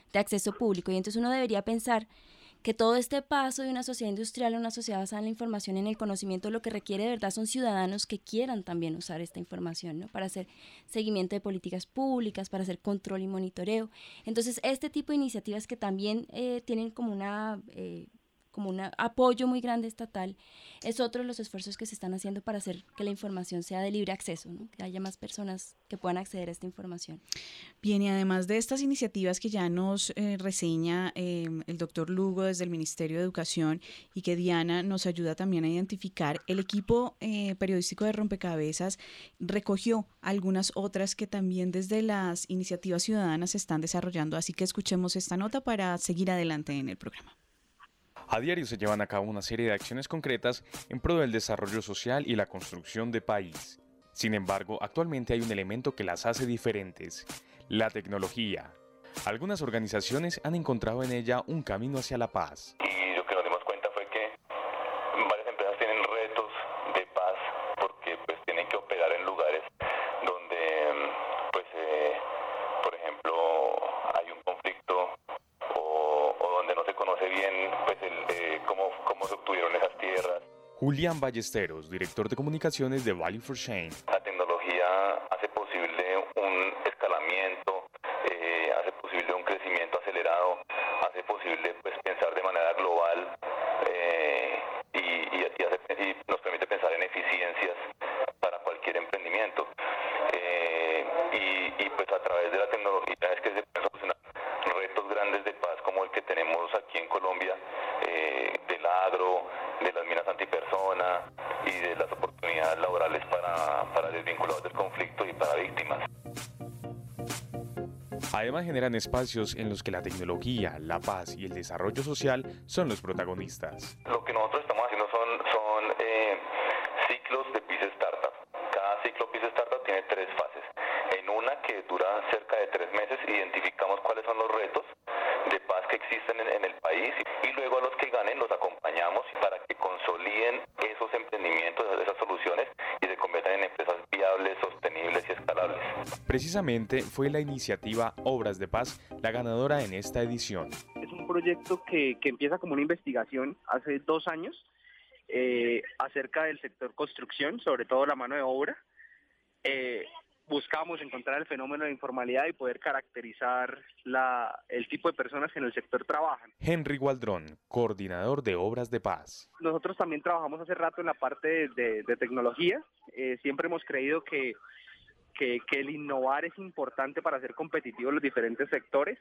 de acceso público. Y entonces uno debería pensar que todo este paso de una sociedad industrial a una sociedad basada en la información y en el conocimiento lo que requiere de verdad son ciudadanos que quieran también usar esta información, ¿no? Para hacer seguimiento de políticas públicas, para hacer control y monitoreo. Entonces, este tipo de iniciativas que también eh, tienen como una... Eh, como un apoyo muy grande estatal, es otro de los esfuerzos que se están haciendo para hacer que la información sea de libre acceso, ¿no? Que haya más personas que puedan acceder a esta información. Bien, y además de estas iniciativas que ya nos eh, reseña eh, el doctor Lugo desde el Ministerio de Educación y que Diana nos ayuda también a identificar, el equipo eh, periodístico de Rompecabezas recogió algunas otras que también desde las iniciativas ciudadanas se están desarrollando, así que escuchemos esta nota para seguir adelante en el programa. A diario se llevan a cabo una serie de acciones concretas en pro del desarrollo social y la construcción de país. Sin embargo, actualmente hay un elemento que las hace diferentes: la tecnología. Algunas organizaciones han encontrado en ella un camino hacia la paz. Y lo que nos dimos cuenta fue que varias empresas tienen retos de paz porque pues tienen que operar en lugares donde pues eh, por ejemplo hay un conflicto o, o donde no se conoce bien pues el, eh, cómo, cómo se obtuvieron esas tierras. Julián Ballesteros, director de comunicaciones de Value for Change. La tecnología hace posible un escalamiento, eh, hace posible un crecimiento acelerado, hace posible pues pensar de manera global eh, y, y, y, hace, y nos permite pensar en eficiencias para cualquier emprendimiento. Eh, y, y pues a través de la tecnología es que se pueden solucionar retos grandes de paz como el que tenemos aquí en Colombia, eh, del agro, de las minas antipersona y de las oportunidades laborales para, para desvinculados del conflicto y para víctimas. Además generan espacios en los que la tecnología, la paz y el desarrollo social son los protagonistas. Lo que nosotros estamos haciendo son, son eh, ciclos de Peace Startup. Cada ciclo Peace Startup tiene tres fases. En una que dura cerca de tres meses identificamos cuáles son los retos de paz que existen en, en el país y luego a los que ganen los acompañamos para que consoliden esos emprendimientos, esas soluciones y se conviertan en empresas viables, sostenibles y escalables. Precisamente fue la iniciativa Obras de Paz la ganadora en esta edición. Es un proyecto que, que empieza como una investigación hace dos años eh, acerca del sector construcción, sobre todo la mano de obra. Eh, buscamos encontrar el fenómeno de informalidad y poder caracterizar la, el tipo de personas que en el sector trabajan. Henry Gualdrón, coordinador de Obras de Paz. Nosotros también trabajamos hace rato en la parte de, de, de tecnología. Eh, siempre hemos creído que, que, que el innovar es importante para ser competitivos en los diferentes sectores.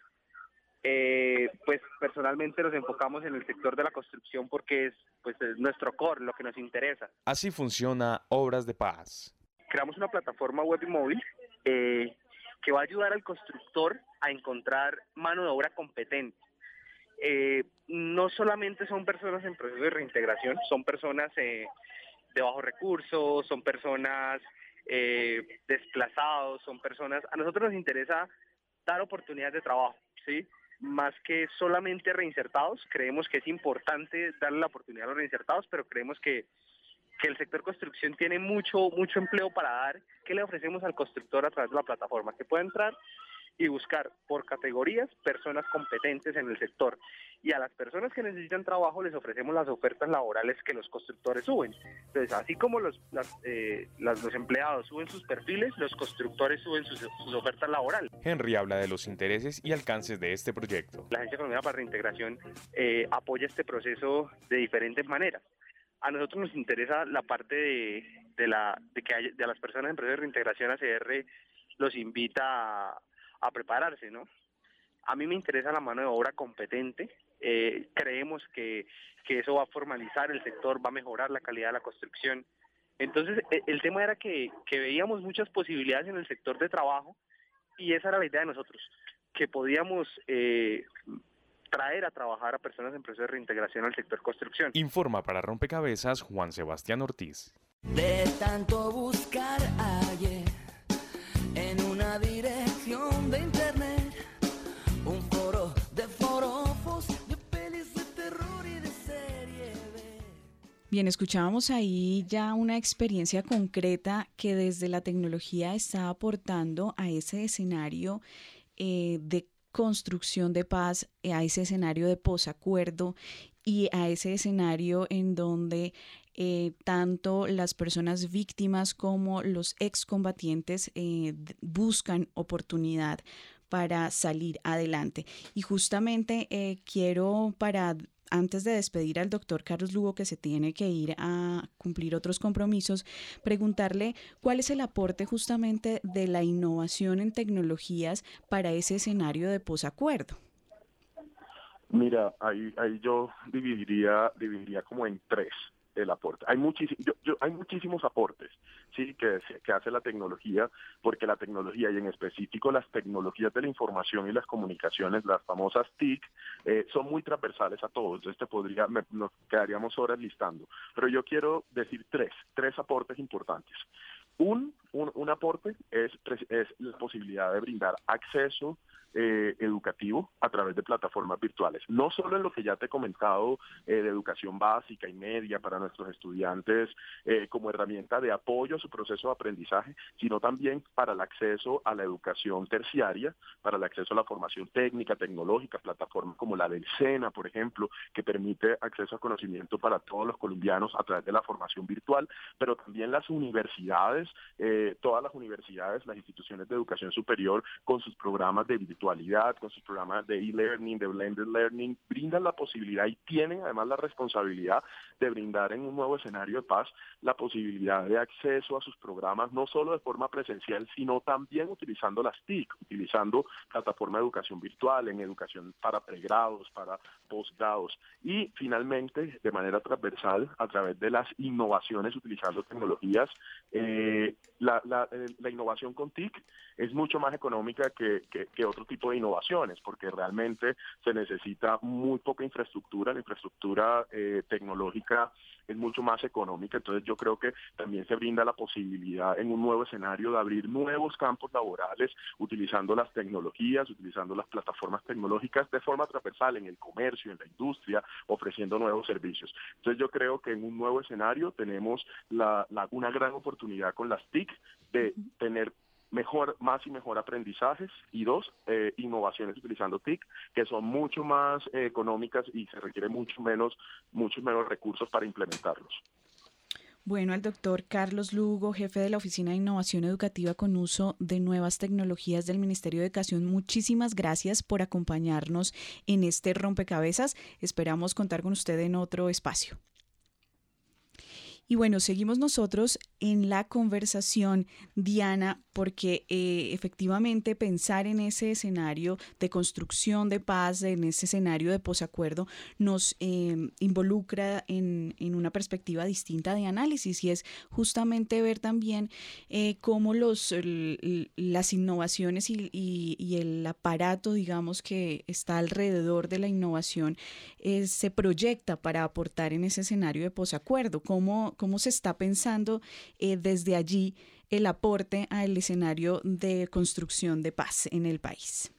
Eh, pues personalmente nos enfocamos en el sector de la construcción porque es, pues, es nuestro core, lo que nos interesa. Así funciona Obras de Paz. Creamos una plataforma web y móvil eh, que va a ayudar al constructor a encontrar mano de obra competente. Eh, no solamente son personas en proceso de reintegración, son personas eh, de bajos recursos, son personas eh, desplazados, son personas... A nosotros nos interesa dar oportunidades de trabajo, ¿sí? Más que solamente reinsertados. Creemos que es importante darle la oportunidad a los reinsertados, pero creemos que que el sector construcción tiene mucho mucho empleo para dar. ¿Qué le ofrecemos al constructor a través de la plataforma? Que pueda entrar y buscar por categorías personas competentes en el sector. Y a las personas que necesitan trabajo les ofrecemos las ofertas laborales que los constructores suben. Entonces, así como los, las, eh, las, los empleados suben sus perfiles, los constructores suben sus, sus ofertas laborales. Henry habla de los intereses y alcances de este proyecto. La Agencia Colombiana para Reintegración eh, apoya este proceso de diferentes maneras. A nosotros nos interesa la parte de, de, la, de que haya, de las personas en proceso de reintegración. A C R los invita a, a prepararse, ¿no? A mí me interesa la mano de obra competente. Eh, creemos que, que eso va a formalizar el sector, va a mejorar la calidad de la construcción. Entonces, el, el tema era que, que veíamos muchas posibilidades en el sector de trabajo y esa era la idea de nosotros, que podíamos... Eh, traer a trabajar a personas en proceso de reintegración al sector construcción. Informa para Rompecabezas Juan Sebastián Ortiz. De tanto buscar ayer en una dirección de internet, un foro de forofos, de pelis de terror y de serie B. Bien, escuchábamos ahí ya una experiencia concreta que desde la tecnología está aportando a ese escenario eh, de construcción de paz, a ese escenario de posacuerdo y a ese escenario en donde eh, tanto las personas víctimas como los excombatientes eh, buscan oportunidad para salir adelante. Y justamente eh, quiero, para antes de despedir al doctor Carlos Lugo, que se tiene que ir a cumplir otros compromisos, preguntarle cuál es el aporte justamente de la innovación en tecnologías para ese escenario de posacuerdo. Mira, ahí, ahí yo dividiría, dividiría como en tres el aporte. Hay, muchísimo, yo, yo, hay muchísimos aportes, sí, que, que hace la tecnología, porque la tecnología, y en específico las tecnologías de la información y las comunicaciones, las famosas T I C, eh, son muy transversales a todos. Entonces te podría, me, nos quedaríamos horas listando. Pero yo quiero decir tres, tres aportes importantes. Un, un, un aporte es, es la posibilidad de brindar acceso Eh, educativo a través de plataformas virtuales, no solo en lo que ya te he comentado eh, de educación básica y media para nuestros estudiantes eh, como herramienta de apoyo a su proceso de aprendizaje, sino también para el acceso a la educación terciaria, para el acceso a la formación técnica, tecnológica, plataformas como la del SENA, por ejemplo, que permite acceso a conocimiento para todos los colombianos a través de la formación virtual, pero también las universidades, eh, todas las universidades, las instituciones de educación superior con sus programas de virtualidad, con sus programas de e-learning, de blended learning, brindan la posibilidad y tienen además la responsabilidad de brindar en un nuevo escenario de paz la posibilidad de acceso a sus programas, no solo de forma presencial, sino también utilizando las T I C, utilizando plataforma de educación virtual, en educación para pregrados, para posgrados, y finalmente, de manera transversal, a través de las innovaciones utilizando tecnologías, eh, la, la, la innovación con T I C es mucho más económica que, que, que otro tipo de innovaciones, porque realmente se necesita muy poca infraestructura, la infraestructura eh, tecnológica es mucho más económica, entonces yo creo que también se brinda la posibilidad en un nuevo escenario de abrir nuevos campos laborales utilizando las tecnologías, utilizando las plataformas tecnológicas de forma transversal en el comercio, en la industria, ofreciendo nuevos servicios. Entonces yo creo que en un nuevo escenario tenemos la, la, una gran oportunidad con las T I C de tener mejor, más y mejor aprendizajes, y dos, eh, innovaciones utilizando T I C que son mucho más eh, económicas y se requiere mucho menos, muchos menos recursos para implementarlos. Bueno, al doctor Carlos Lugo, jefe de la Oficina de Innovación Educativa con Uso de Nuevas Tecnologías del Ministerio de Educación, muchísimas gracias por acompañarnos en este rompecabezas. Esperamos contar con usted en otro espacio. Y bueno, seguimos nosotros en la conversación, Diana, porque eh, efectivamente pensar en ese escenario de construcción de paz, en ese escenario de posacuerdo, nos eh, involucra en, en una perspectiva distinta de análisis, y es justamente ver también eh, cómo los, l, las innovaciones y, y, y el aparato, digamos, que está alrededor de la innovación eh, se proyecta para aportar en ese escenario de posacuerdo. ¿Cómo, cómo se está pensando eh, desde allí el aporte al escenario de construcción de paz en el país?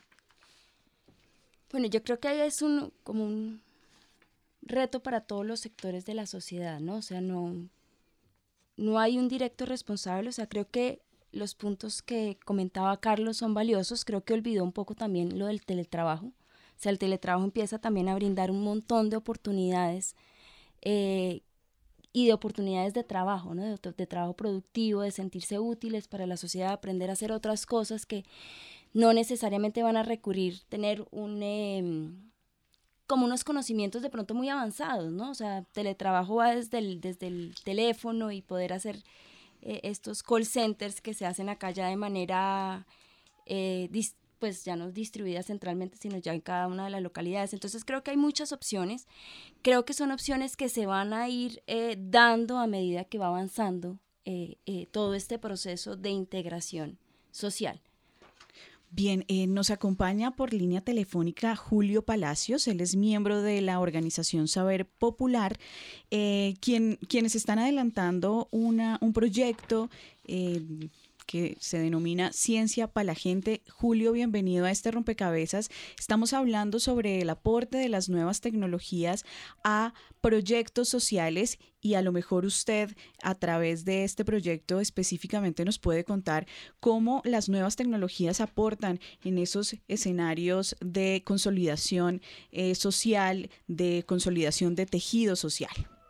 Bueno, yo creo que ahí es un, como un reto para todos los sectores de la sociedad, ¿no? O sea, no, no hay un directo responsable. O sea, creo que los puntos que comentaba Carlos son valiosos. Creo que olvidó un poco también lo del teletrabajo. O sea, el teletrabajo empieza también a brindar un montón de oportunidades eh, y de oportunidades de trabajo, ¿no? De, de trabajo productivo, de sentirse útiles para la sociedad, aprender a hacer otras cosas que no necesariamente van a recurrir, tener un, eh, como unos conocimientos de pronto muy avanzados, ¿no? O sea, teletrabajo va desde el, desde el teléfono y poder hacer eh, estos call centers que se hacen acá ya de manera, eh, dis, pues ya no distribuida centralmente, sino ya en cada una de las localidades. Entonces creo que hay muchas opciones. Creo que son opciones que se van a ir eh, dando a medida que va avanzando eh, eh, todo este proceso de integración social. Bien, eh, nos acompaña por línea telefónica Julio Palacios. Él es miembro de la organización Saber Popular, eh, quien, quienes están adelantando una, un proyecto eh, que que se denomina Ciencia para la Gente. Julio, bienvenido a este rompecabezas. Estamos hablando sobre el aporte de las nuevas tecnologías a proyectos sociales y a lo mejor usted a través de este proyecto específicamente nos puede contar cómo las nuevas tecnologías aportan en esos escenarios de consolidación eh, social, de consolidación de tejido social.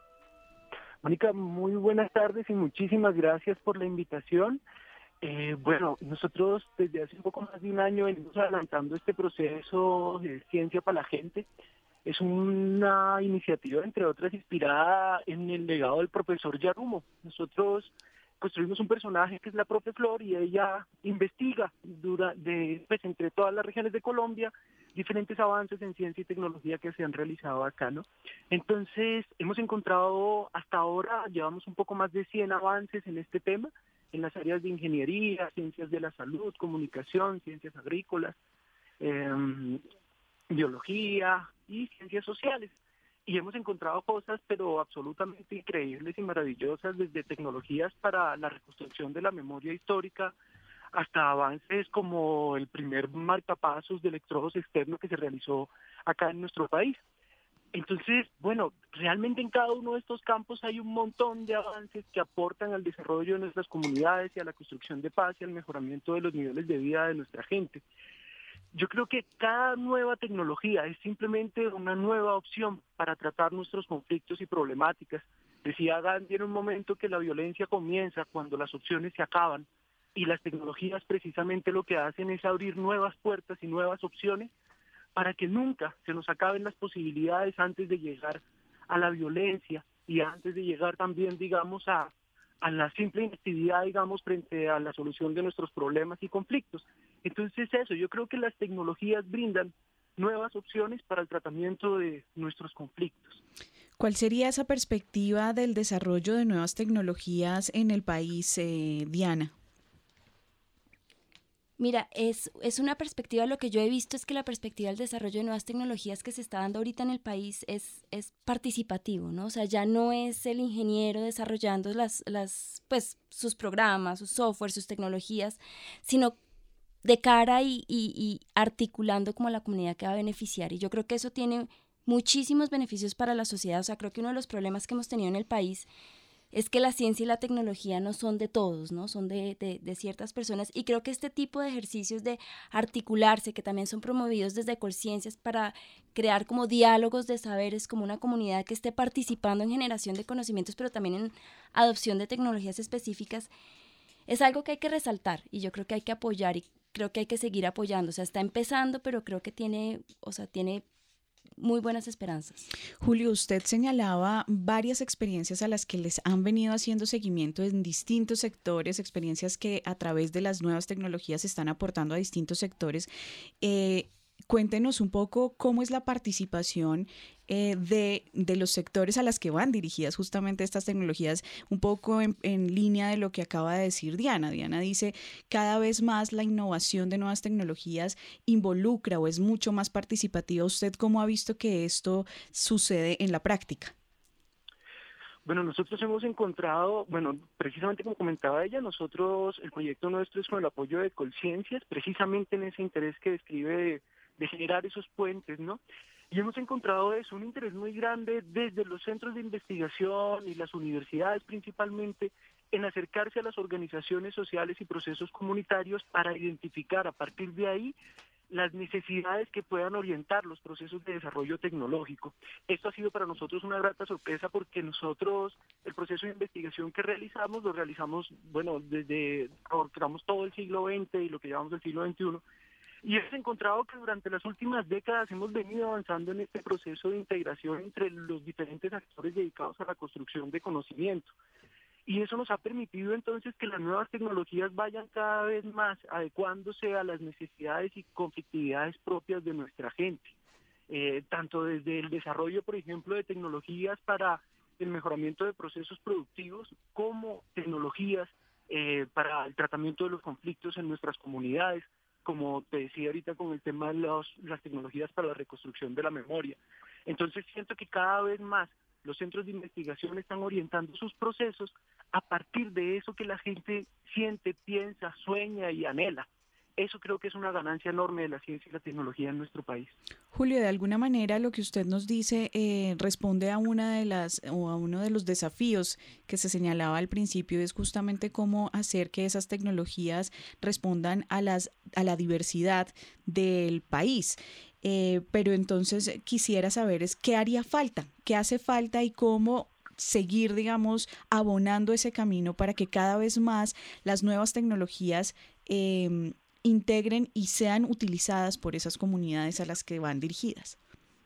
Mónica, muy buenas tardes y muchísimas gracias por la invitación. Eh, bueno, nosotros desde hace un poco más de un año venimos adelantando este proceso de Ciencia para la Gente. Es una iniciativa, entre otras, inspirada en el legado del profesor Yarumo. Nosotros construimos un personaje que es la profe Flor y ella investiga dura, de, pues, entre todas las regiones de Colombia diferentes avances en ciencia y tecnología que se han realizado acá, ¿no? Entonces, hemos encontrado hasta ahora, llevamos un poco más de cien avances en este tema, en las áreas de ingeniería, ciencias de la salud, comunicación, ciencias agrícolas, eh, biología y ciencias sociales. Y hemos encontrado cosas pero absolutamente increíbles y maravillosas, desde tecnologías para la reconstrucción de la memoria histórica hasta avances como el primer marcapasos de electrodos externos que se realizó acá en nuestro país. Entonces, bueno, realmente en cada uno de estos campos hay un montón de avances que aportan al desarrollo de nuestras comunidades y a la construcción de paz y al mejoramiento de los niveles de vida de nuestra gente. Yo creo que cada nueva tecnología es simplemente una nueva opción para tratar nuestros conflictos y problemáticas. Decía Gandhi en un momento que la violencia comienza cuando las opciones se acaban, y las tecnologías precisamente lo que hacen es abrir nuevas puertas y nuevas opciones para que nunca se nos acaben las posibilidades antes de llegar a la violencia y antes de llegar también, digamos, a, a la simple inactividad, digamos, frente a la solución de nuestros problemas y conflictos. Entonces eso, yo creo que las tecnologías brindan nuevas opciones para el tratamiento de nuestros conflictos. ¿Cuál sería esa perspectiva del desarrollo de nuevas tecnologías en el país, eh, Diana? Mira, es, es una perspectiva, lo que yo he visto es que la perspectiva del desarrollo de nuevas tecnologías que se está dando ahorita en el país es, es participativo, ¿no? O sea, ya no es el ingeniero desarrollando las, las, pues, sus programas, sus software, sus tecnologías, sino de cara y, y, y articulando como la comunidad que va a beneficiar. Y yo creo que eso tiene muchísimos beneficios para la sociedad. O sea, creo que uno de los problemas que hemos tenido en el país es que la ciencia y la tecnología no son de todos, ¿no? Son de, de, de ciertas personas, y creo que este tipo de ejercicios de articularse, que también son promovidos desde Ecolciencias para crear como diálogos de saberes, como una comunidad que esté participando en generación de conocimientos, pero también en adopción de tecnologías específicas, es algo que hay que resaltar, y yo creo que hay que apoyar, y creo que hay que seguir apoyando. O sea, está empezando, pero creo que tiene, o sea, tiene muy buenas esperanzas. Julio, usted señalaba varias experiencias a las que les han venido haciendo seguimiento en distintos sectores, experiencias que a través de las nuevas tecnologías están aportando a distintos sectores. Eh, cuéntenos un poco cómo es la participación eh, de, de los sectores a las que van dirigidas justamente estas tecnologías, un poco en, en línea de lo que acaba de decir Diana. Diana dice, cada vez más la innovación de nuevas tecnologías involucra o es mucho más participativa. ¿Usted cómo ha visto que esto sucede en la práctica? Bueno, nosotros hemos encontrado, bueno, precisamente como comentaba ella, nosotros, el proyecto nuestro es con el apoyo de Ecolciencias, precisamente en ese interés que describe de, de generar esos puentes, ¿no? Y hemos encontrado eso, un interés muy grande desde los centros de investigación y las universidades principalmente, en acercarse a las organizaciones sociales y procesos comunitarios para identificar a partir de ahí las necesidades que puedan orientar los procesos de desarrollo tecnológico. Esto ha sido para nosotros una grata sorpresa porque nosotros el proceso de investigación que realizamos lo realizamos, bueno, desde abarcamos todo el siglo veinte y lo que llamamos el siglo veintiuno, y hemos encontrado que durante las últimas décadas hemos venido avanzando en este proceso de integración entre los diferentes actores dedicados a la construcción de conocimiento. Y eso nos ha permitido entonces que las nuevas tecnologías vayan cada vez más adecuándose a las necesidades y conflictividades propias de nuestra gente. Eh, tanto desde el desarrollo, por ejemplo, de tecnologías para el mejoramiento de procesos productivos, como tecnologías eh, para el tratamiento de los conflictos en nuestras comunidades, como te decía ahorita con el tema de los, las tecnologías para la reconstrucción de la memoria. Entonces siento que cada vez más los centros de investigación están orientando sus procesos a partir de eso que la gente siente, piensa, sueña y anhela. Eso creo que es una ganancia enorme de la ciencia y la tecnología en nuestro país. Julio, de alguna manera lo que usted nos dice eh, responde a una de las o a uno de los desafíos que se señalaba al principio, es justamente cómo hacer que esas tecnologías respondan a las a la diversidad del país. Eh, pero entonces quisiera saber es qué haría falta, qué hace falta y cómo seguir, digamos, abonando ese camino para que cada vez más las nuevas tecnologías eh, integren y sean utilizadas por esas comunidades a las que van dirigidas.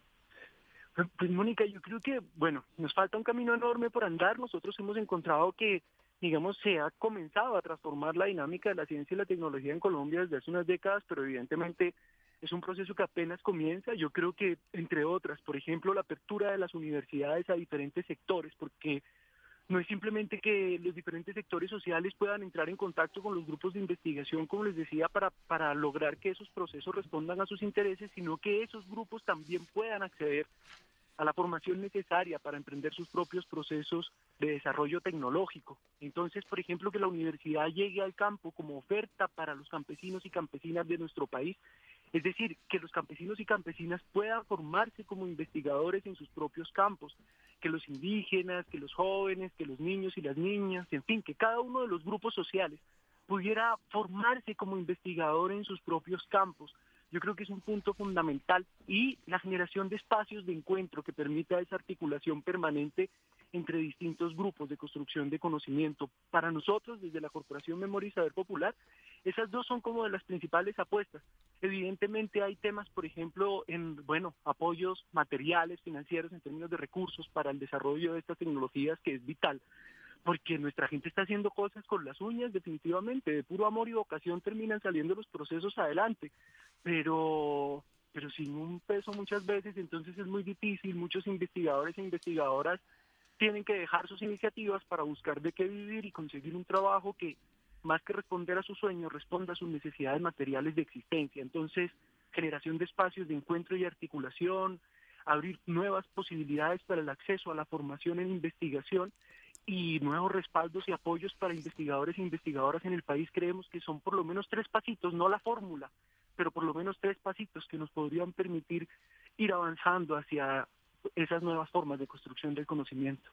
Pues Mónica, yo creo que, bueno, nos falta un camino enorme por andar. Nosotros hemos encontrado que, digamos, se ha comenzado a transformar la dinámica de la ciencia y la tecnología en Colombia desde hace unas décadas, pero evidentemente es un proceso que apenas comienza. Yo creo que, entre otras, por ejemplo, la apertura de las universidades a diferentes sectores, porque no es simplemente que los diferentes sectores sociales puedan entrar en contacto con los grupos de investigación, como les decía, para, para lograr que esos procesos respondan a sus intereses, sino que esos grupos también puedan acceder a la formación necesaria para emprender sus propios procesos de desarrollo tecnológico. Entonces, por ejemplo, que la universidad llegue al campo como oferta para los campesinos y campesinas de nuestro país, es decir, que los campesinos y campesinas puedan formarse como investigadores en sus propios campos, que los indígenas, que los jóvenes, que los niños y las niñas, en fin, que cada uno de los grupos sociales pudiera formarse como investigador en sus propios campos. Yo creo que es un punto fundamental, y la generación de espacios de encuentro que permita esa articulación permanente entre distintos grupos de construcción de conocimiento. Para nosotros, desde la Corporación Memoria y Saber Popular, esas dos son como de las principales apuestas. Evidentemente hay temas, por ejemplo, en, bueno, apoyos materiales, financieros, en términos de recursos para el desarrollo de estas tecnologías, que es vital, porque nuestra gente está haciendo cosas con las uñas, definitivamente, de puro amor y vocación terminan saliendo los procesos adelante, pero, pero sin un peso muchas veces, entonces es muy difícil. Muchos investigadores e investigadoras tienen que dejar sus iniciativas para buscar de qué vivir y conseguir un trabajo que, más que responder a sus sueños, responda a sus necesidades materiales de existencia. Entonces, generación de espacios de encuentro y articulación, abrir nuevas posibilidades para el acceso a la formación en investigación y nuevos respaldos y apoyos para investigadores e investigadoras en el país, creemos que son por lo menos tres pasitos, no la fórmula, pero por lo menos tres pasitos que nos podrían permitir ir avanzando hacia esas nuevas formas de construcción del conocimiento.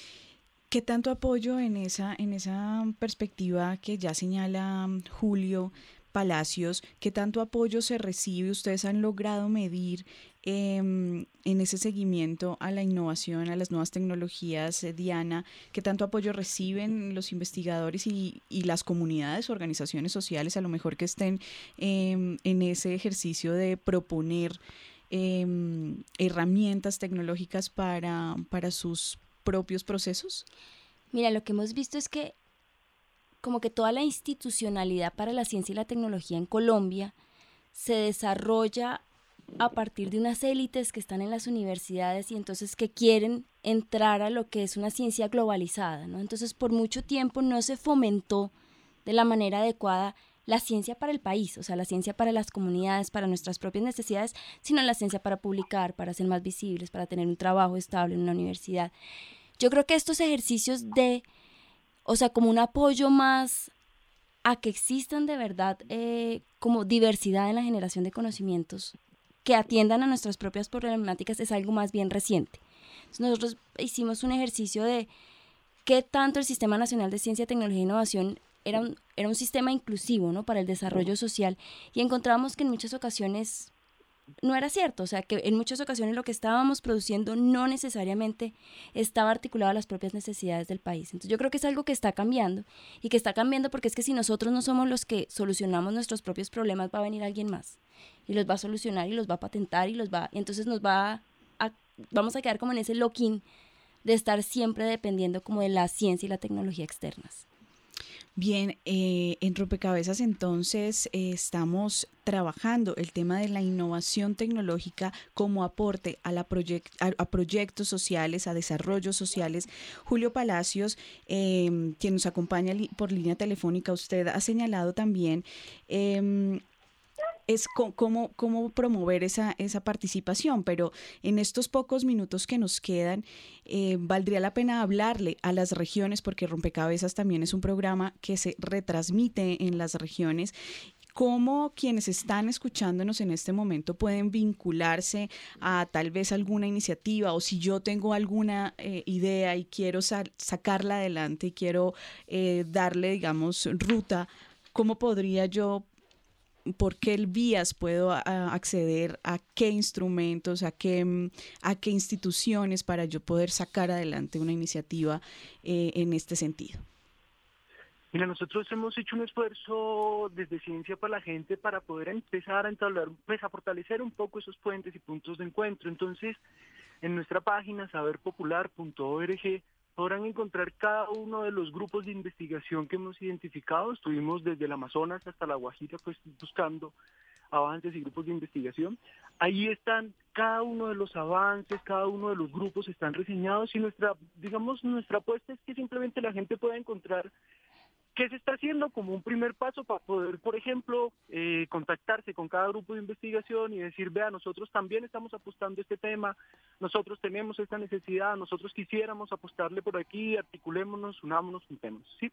¿Qué tanto apoyo en esa, en esa perspectiva que ya señala Julio Palacios, qué tanto apoyo se recibe? Ustedes han logrado medir eh, en ese seguimiento a la innovación, a las nuevas tecnologías, eh, Diana, qué tanto apoyo reciben los investigadores y, y las comunidades, organizaciones sociales, a lo mejor que estén eh, en ese ejercicio de proponer eh, herramientas tecnológicas para, para sus propios procesos? Mira, lo que hemos visto es que como que toda la institucionalidad para la ciencia y la tecnología en Colombia se desarrolla a partir de unas élites que están en las universidades y entonces que quieren entrar a lo que es una ciencia globalizada, ¿no? Entonces, por mucho tiempo no se fomentó de la manera adecuada la ciencia para el país, o sea, la ciencia para las comunidades, para nuestras propias necesidades, sino la ciencia para publicar, para ser más visibles, para tener un trabajo estable en una universidad. Yo creo que estos ejercicios de, o sea, como un apoyo más a que existan de verdad eh, como diversidad en la generación de conocimientos que atiendan a nuestras propias problemáticas, es algo más bien reciente. Entonces, nosotros hicimos un ejercicio de qué tanto el Sistema Nacional de Ciencia, Tecnología e Innovación era un, era un sistema inclusivo, ¿no?, para el desarrollo social, y encontramos que en muchas ocasiones no era cierto, o sea, que en muchas ocasiones lo que estábamos produciendo no necesariamente estaba articulado a las propias necesidades del país. Entonces yo creo que es algo que está cambiando, y que está cambiando porque es que si nosotros no somos los que solucionamos nuestros propios problemas, va a venir alguien más y los va a solucionar y los va a patentar y los va, y entonces nos va a, vamos a quedar como en ese lock-in de estar siempre dependiendo como de la ciencia y la tecnología externas. Bien, eh, en Rompecabezas entonces eh, estamos trabajando el tema de la innovación tecnológica como aporte a, la proyect- a, a proyectos sociales, a desarrollos sociales. Julio Palacios, eh, quien nos acompaña li- por línea telefónica, usted ha señalado también eh, es co- cómo, cómo promover esa, esa participación, pero en estos pocos minutos que nos quedan, eh, valdría la pena hablarle a las regiones, porque Rompecabezas también es un programa que se retransmite en las regiones. ¿Cómo quienes están escuchándonos en este momento pueden vincularse a tal vez alguna iniciativa, o si yo tengo alguna eh, idea y quiero sa- sacarla adelante y quiero eh, darle, digamos, ruta, cómo podría yo, por qué vías puedo a, acceder, a qué instrumentos, a qué, a qué instituciones para yo poder sacar adelante una iniciativa eh, en este sentido? Mira, nosotros hemos hecho un esfuerzo desde Ciencia para la Gente para poder empezar a entablar, pues a fortalecer un poco esos puentes y puntos de encuentro. Entonces, en nuestra página saber popular punto org podrán encontrar cada uno de los grupos de investigación que hemos identificado. Estuvimos desde el Amazonas hasta la Guajira pues buscando avances y grupos de investigación. Ahí están cada uno de los avances, cada uno de los grupos están reseñados, y nuestra, digamos, nuestra apuesta es que simplemente la gente pueda encontrar qué se está haciendo como un primer paso para poder, por ejemplo, eh, contactarse con cada grupo de investigación y decir, vea, nosotros también estamos apostando a este tema, nosotros tenemos esta necesidad, nosotros quisiéramos apostarle por aquí, articulémonos, unámonos, juntémonos, ¿sí?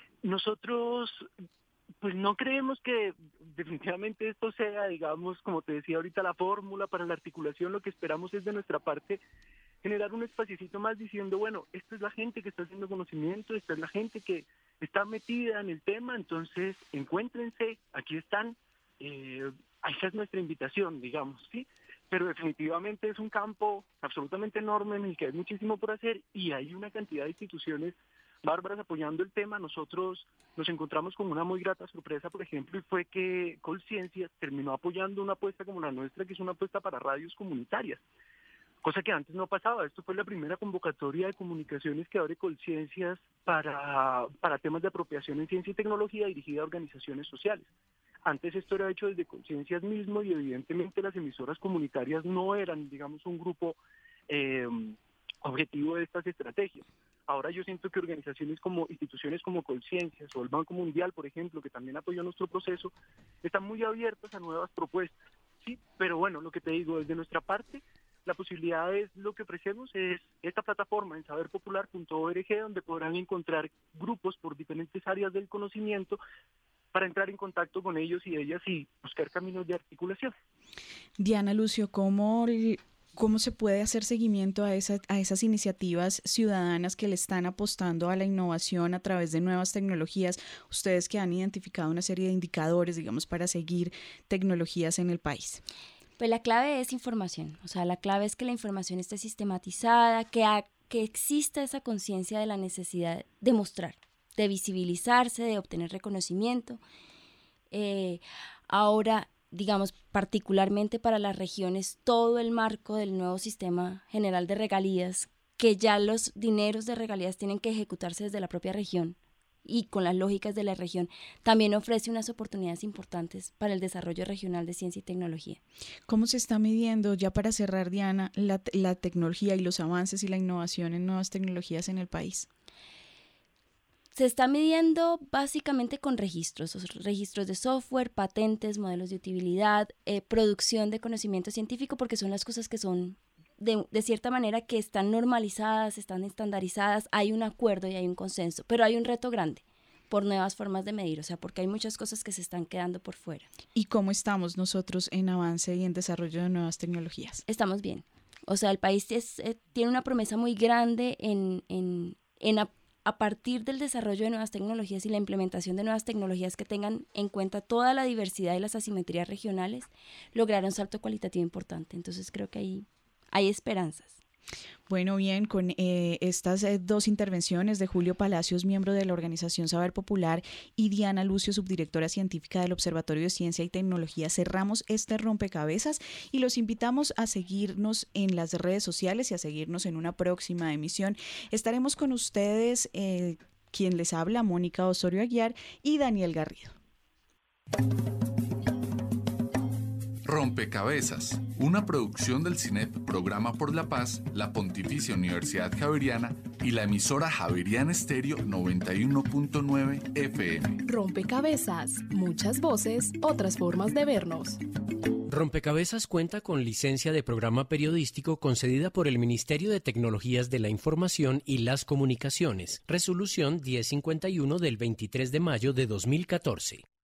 Nosotros, pues no creemos que definitivamente esto sea, digamos, como te decía ahorita, la fórmula para la articulación. Lo que esperamos es de nuestra parte generar un espaciocito más diciendo, bueno, esta es la gente que está haciendo conocimiento, esta es la gente que está metida en el tema, entonces encuéntrense, aquí están, eh, esa es nuestra invitación, digamos, ¿sí? Pero definitivamente es un campo absolutamente enorme en el que hay muchísimo por hacer, y hay una cantidad de instituciones bárbaras apoyando el tema. Nosotros nos encontramos con una muy grata sorpresa, por ejemplo, y fue que Colciencia terminó apoyando una apuesta como la nuestra, que es una apuesta para radios comunitarias, cosa que antes no pasaba. Esto fue la primera convocatoria de comunicaciones que abre Colciencias para, para temas de apropiación en ciencia y tecnología dirigida a organizaciones sociales. Antes esto era hecho desde Colciencias mismo, y evidentemente las emisoras comunitarias no eran, digamos, un grupo eh, objetivo de estas estrategias. Ahora yo siento que organizaciones como, instituciones como Colciencias o el Banco Mundial, por ejemplo, que también apoyó nuestro proceso, están muy abiertas a nuevas propuestas, ¿sí? Pero bueno, lo que te digo, desde nuestra parte, la posibilidad es, lo que ofrecemos es esta plataforma en saber popular punto org, donde podrán encontrar grupos por diferentes áreas del conocimiento para entrar en contacto con ellos y ellas y buscar caminos de articulación. Diana Lucio, ¿cómo, cómo se puede hacer seguimiento a, esa, a esas iniciativas ciudadanas que le están apostando a la innovación a través de nuevas tecnologías? Ustedes que han identificado una serie de indicadores, digamos, para seguir tecnologías en el país. Pues la clave es información, o sea, la clave es que la información esté sistematizada, que, ha, que exista esa conciencia de la necesidad de mostrar, de visibilizarse, de obtener reconocimiento. Eh, ahora, digamos, particularmente para las regiones, todo el marco del nuevo sistema general de regalías, que ya los dineros de regalías tienen que ejecutarse desde la propia región, y con las lógicas de la región, también ofrece unas oportunidades importantes para el desarrollo regional de ciencia y tecnología. ¿Cómo se está midiendo, ya para cerrar, Diana, la, la tecnología y los avances y la innovación en nuevas tecnologías en el país? Se está midiendo básicamente con registros, registros de software, patentes, modelos de utilidad, eh, producción de conocimiento científico, porque son las cosas que son De, de cierta manera que están normalizadas, están estandarizadas, hay un acuerdo y hay un consenso, pero hay un reto grande por nuevas formas de medir, o sea, porque hay muchas cosas que se están quedando por fuera. ¿Y cómo estamos nosotros en avance y en desarrollo de nuevas tecnologías? Estamos bien, o sea, el país es, eh, tiene una promesa muy grande en, en, en a, a partir del desarrollo de nuevas tecnologías y la implementación de nuevas tecnologías que tengan en cuenta toda la diversidad y las asimetrías regionales, lograr un salto cualitativo importante. Entonces creo que ahí hay esperanzas. Bueno, bien, con eh, estas eh, dos intervenciones de Julio Palacios, miembro de la organización Saber Popular, y Diana Lucio, subdirectora científica del Observatorio de Ciencia y Tecnología, cerramos este rompecabezas y los invitamos a seguirnos en las redes sociales y a seguirnos en una próxima emisión. Estaremos con ustedes, eh, quien les habla, Mónica Osorio Aguiar y Daniel Garrido. Rompecabezas, una producción del CINEP Programa por la Paz, la Pontificia Universidad Javeriana y la emisora Javeriana Estéreo noventa y uno punto nueve F M. Rompecabezas, muchas voces, otras formas de vernos. Rompecabezas cuenta con licencia de programa periodístico concedida por el Ministerio de Tecnologías de la Información y las Comunicaciones. Resolución diez cincuenta y uno del veintitrés de mayo de dos mil catorce.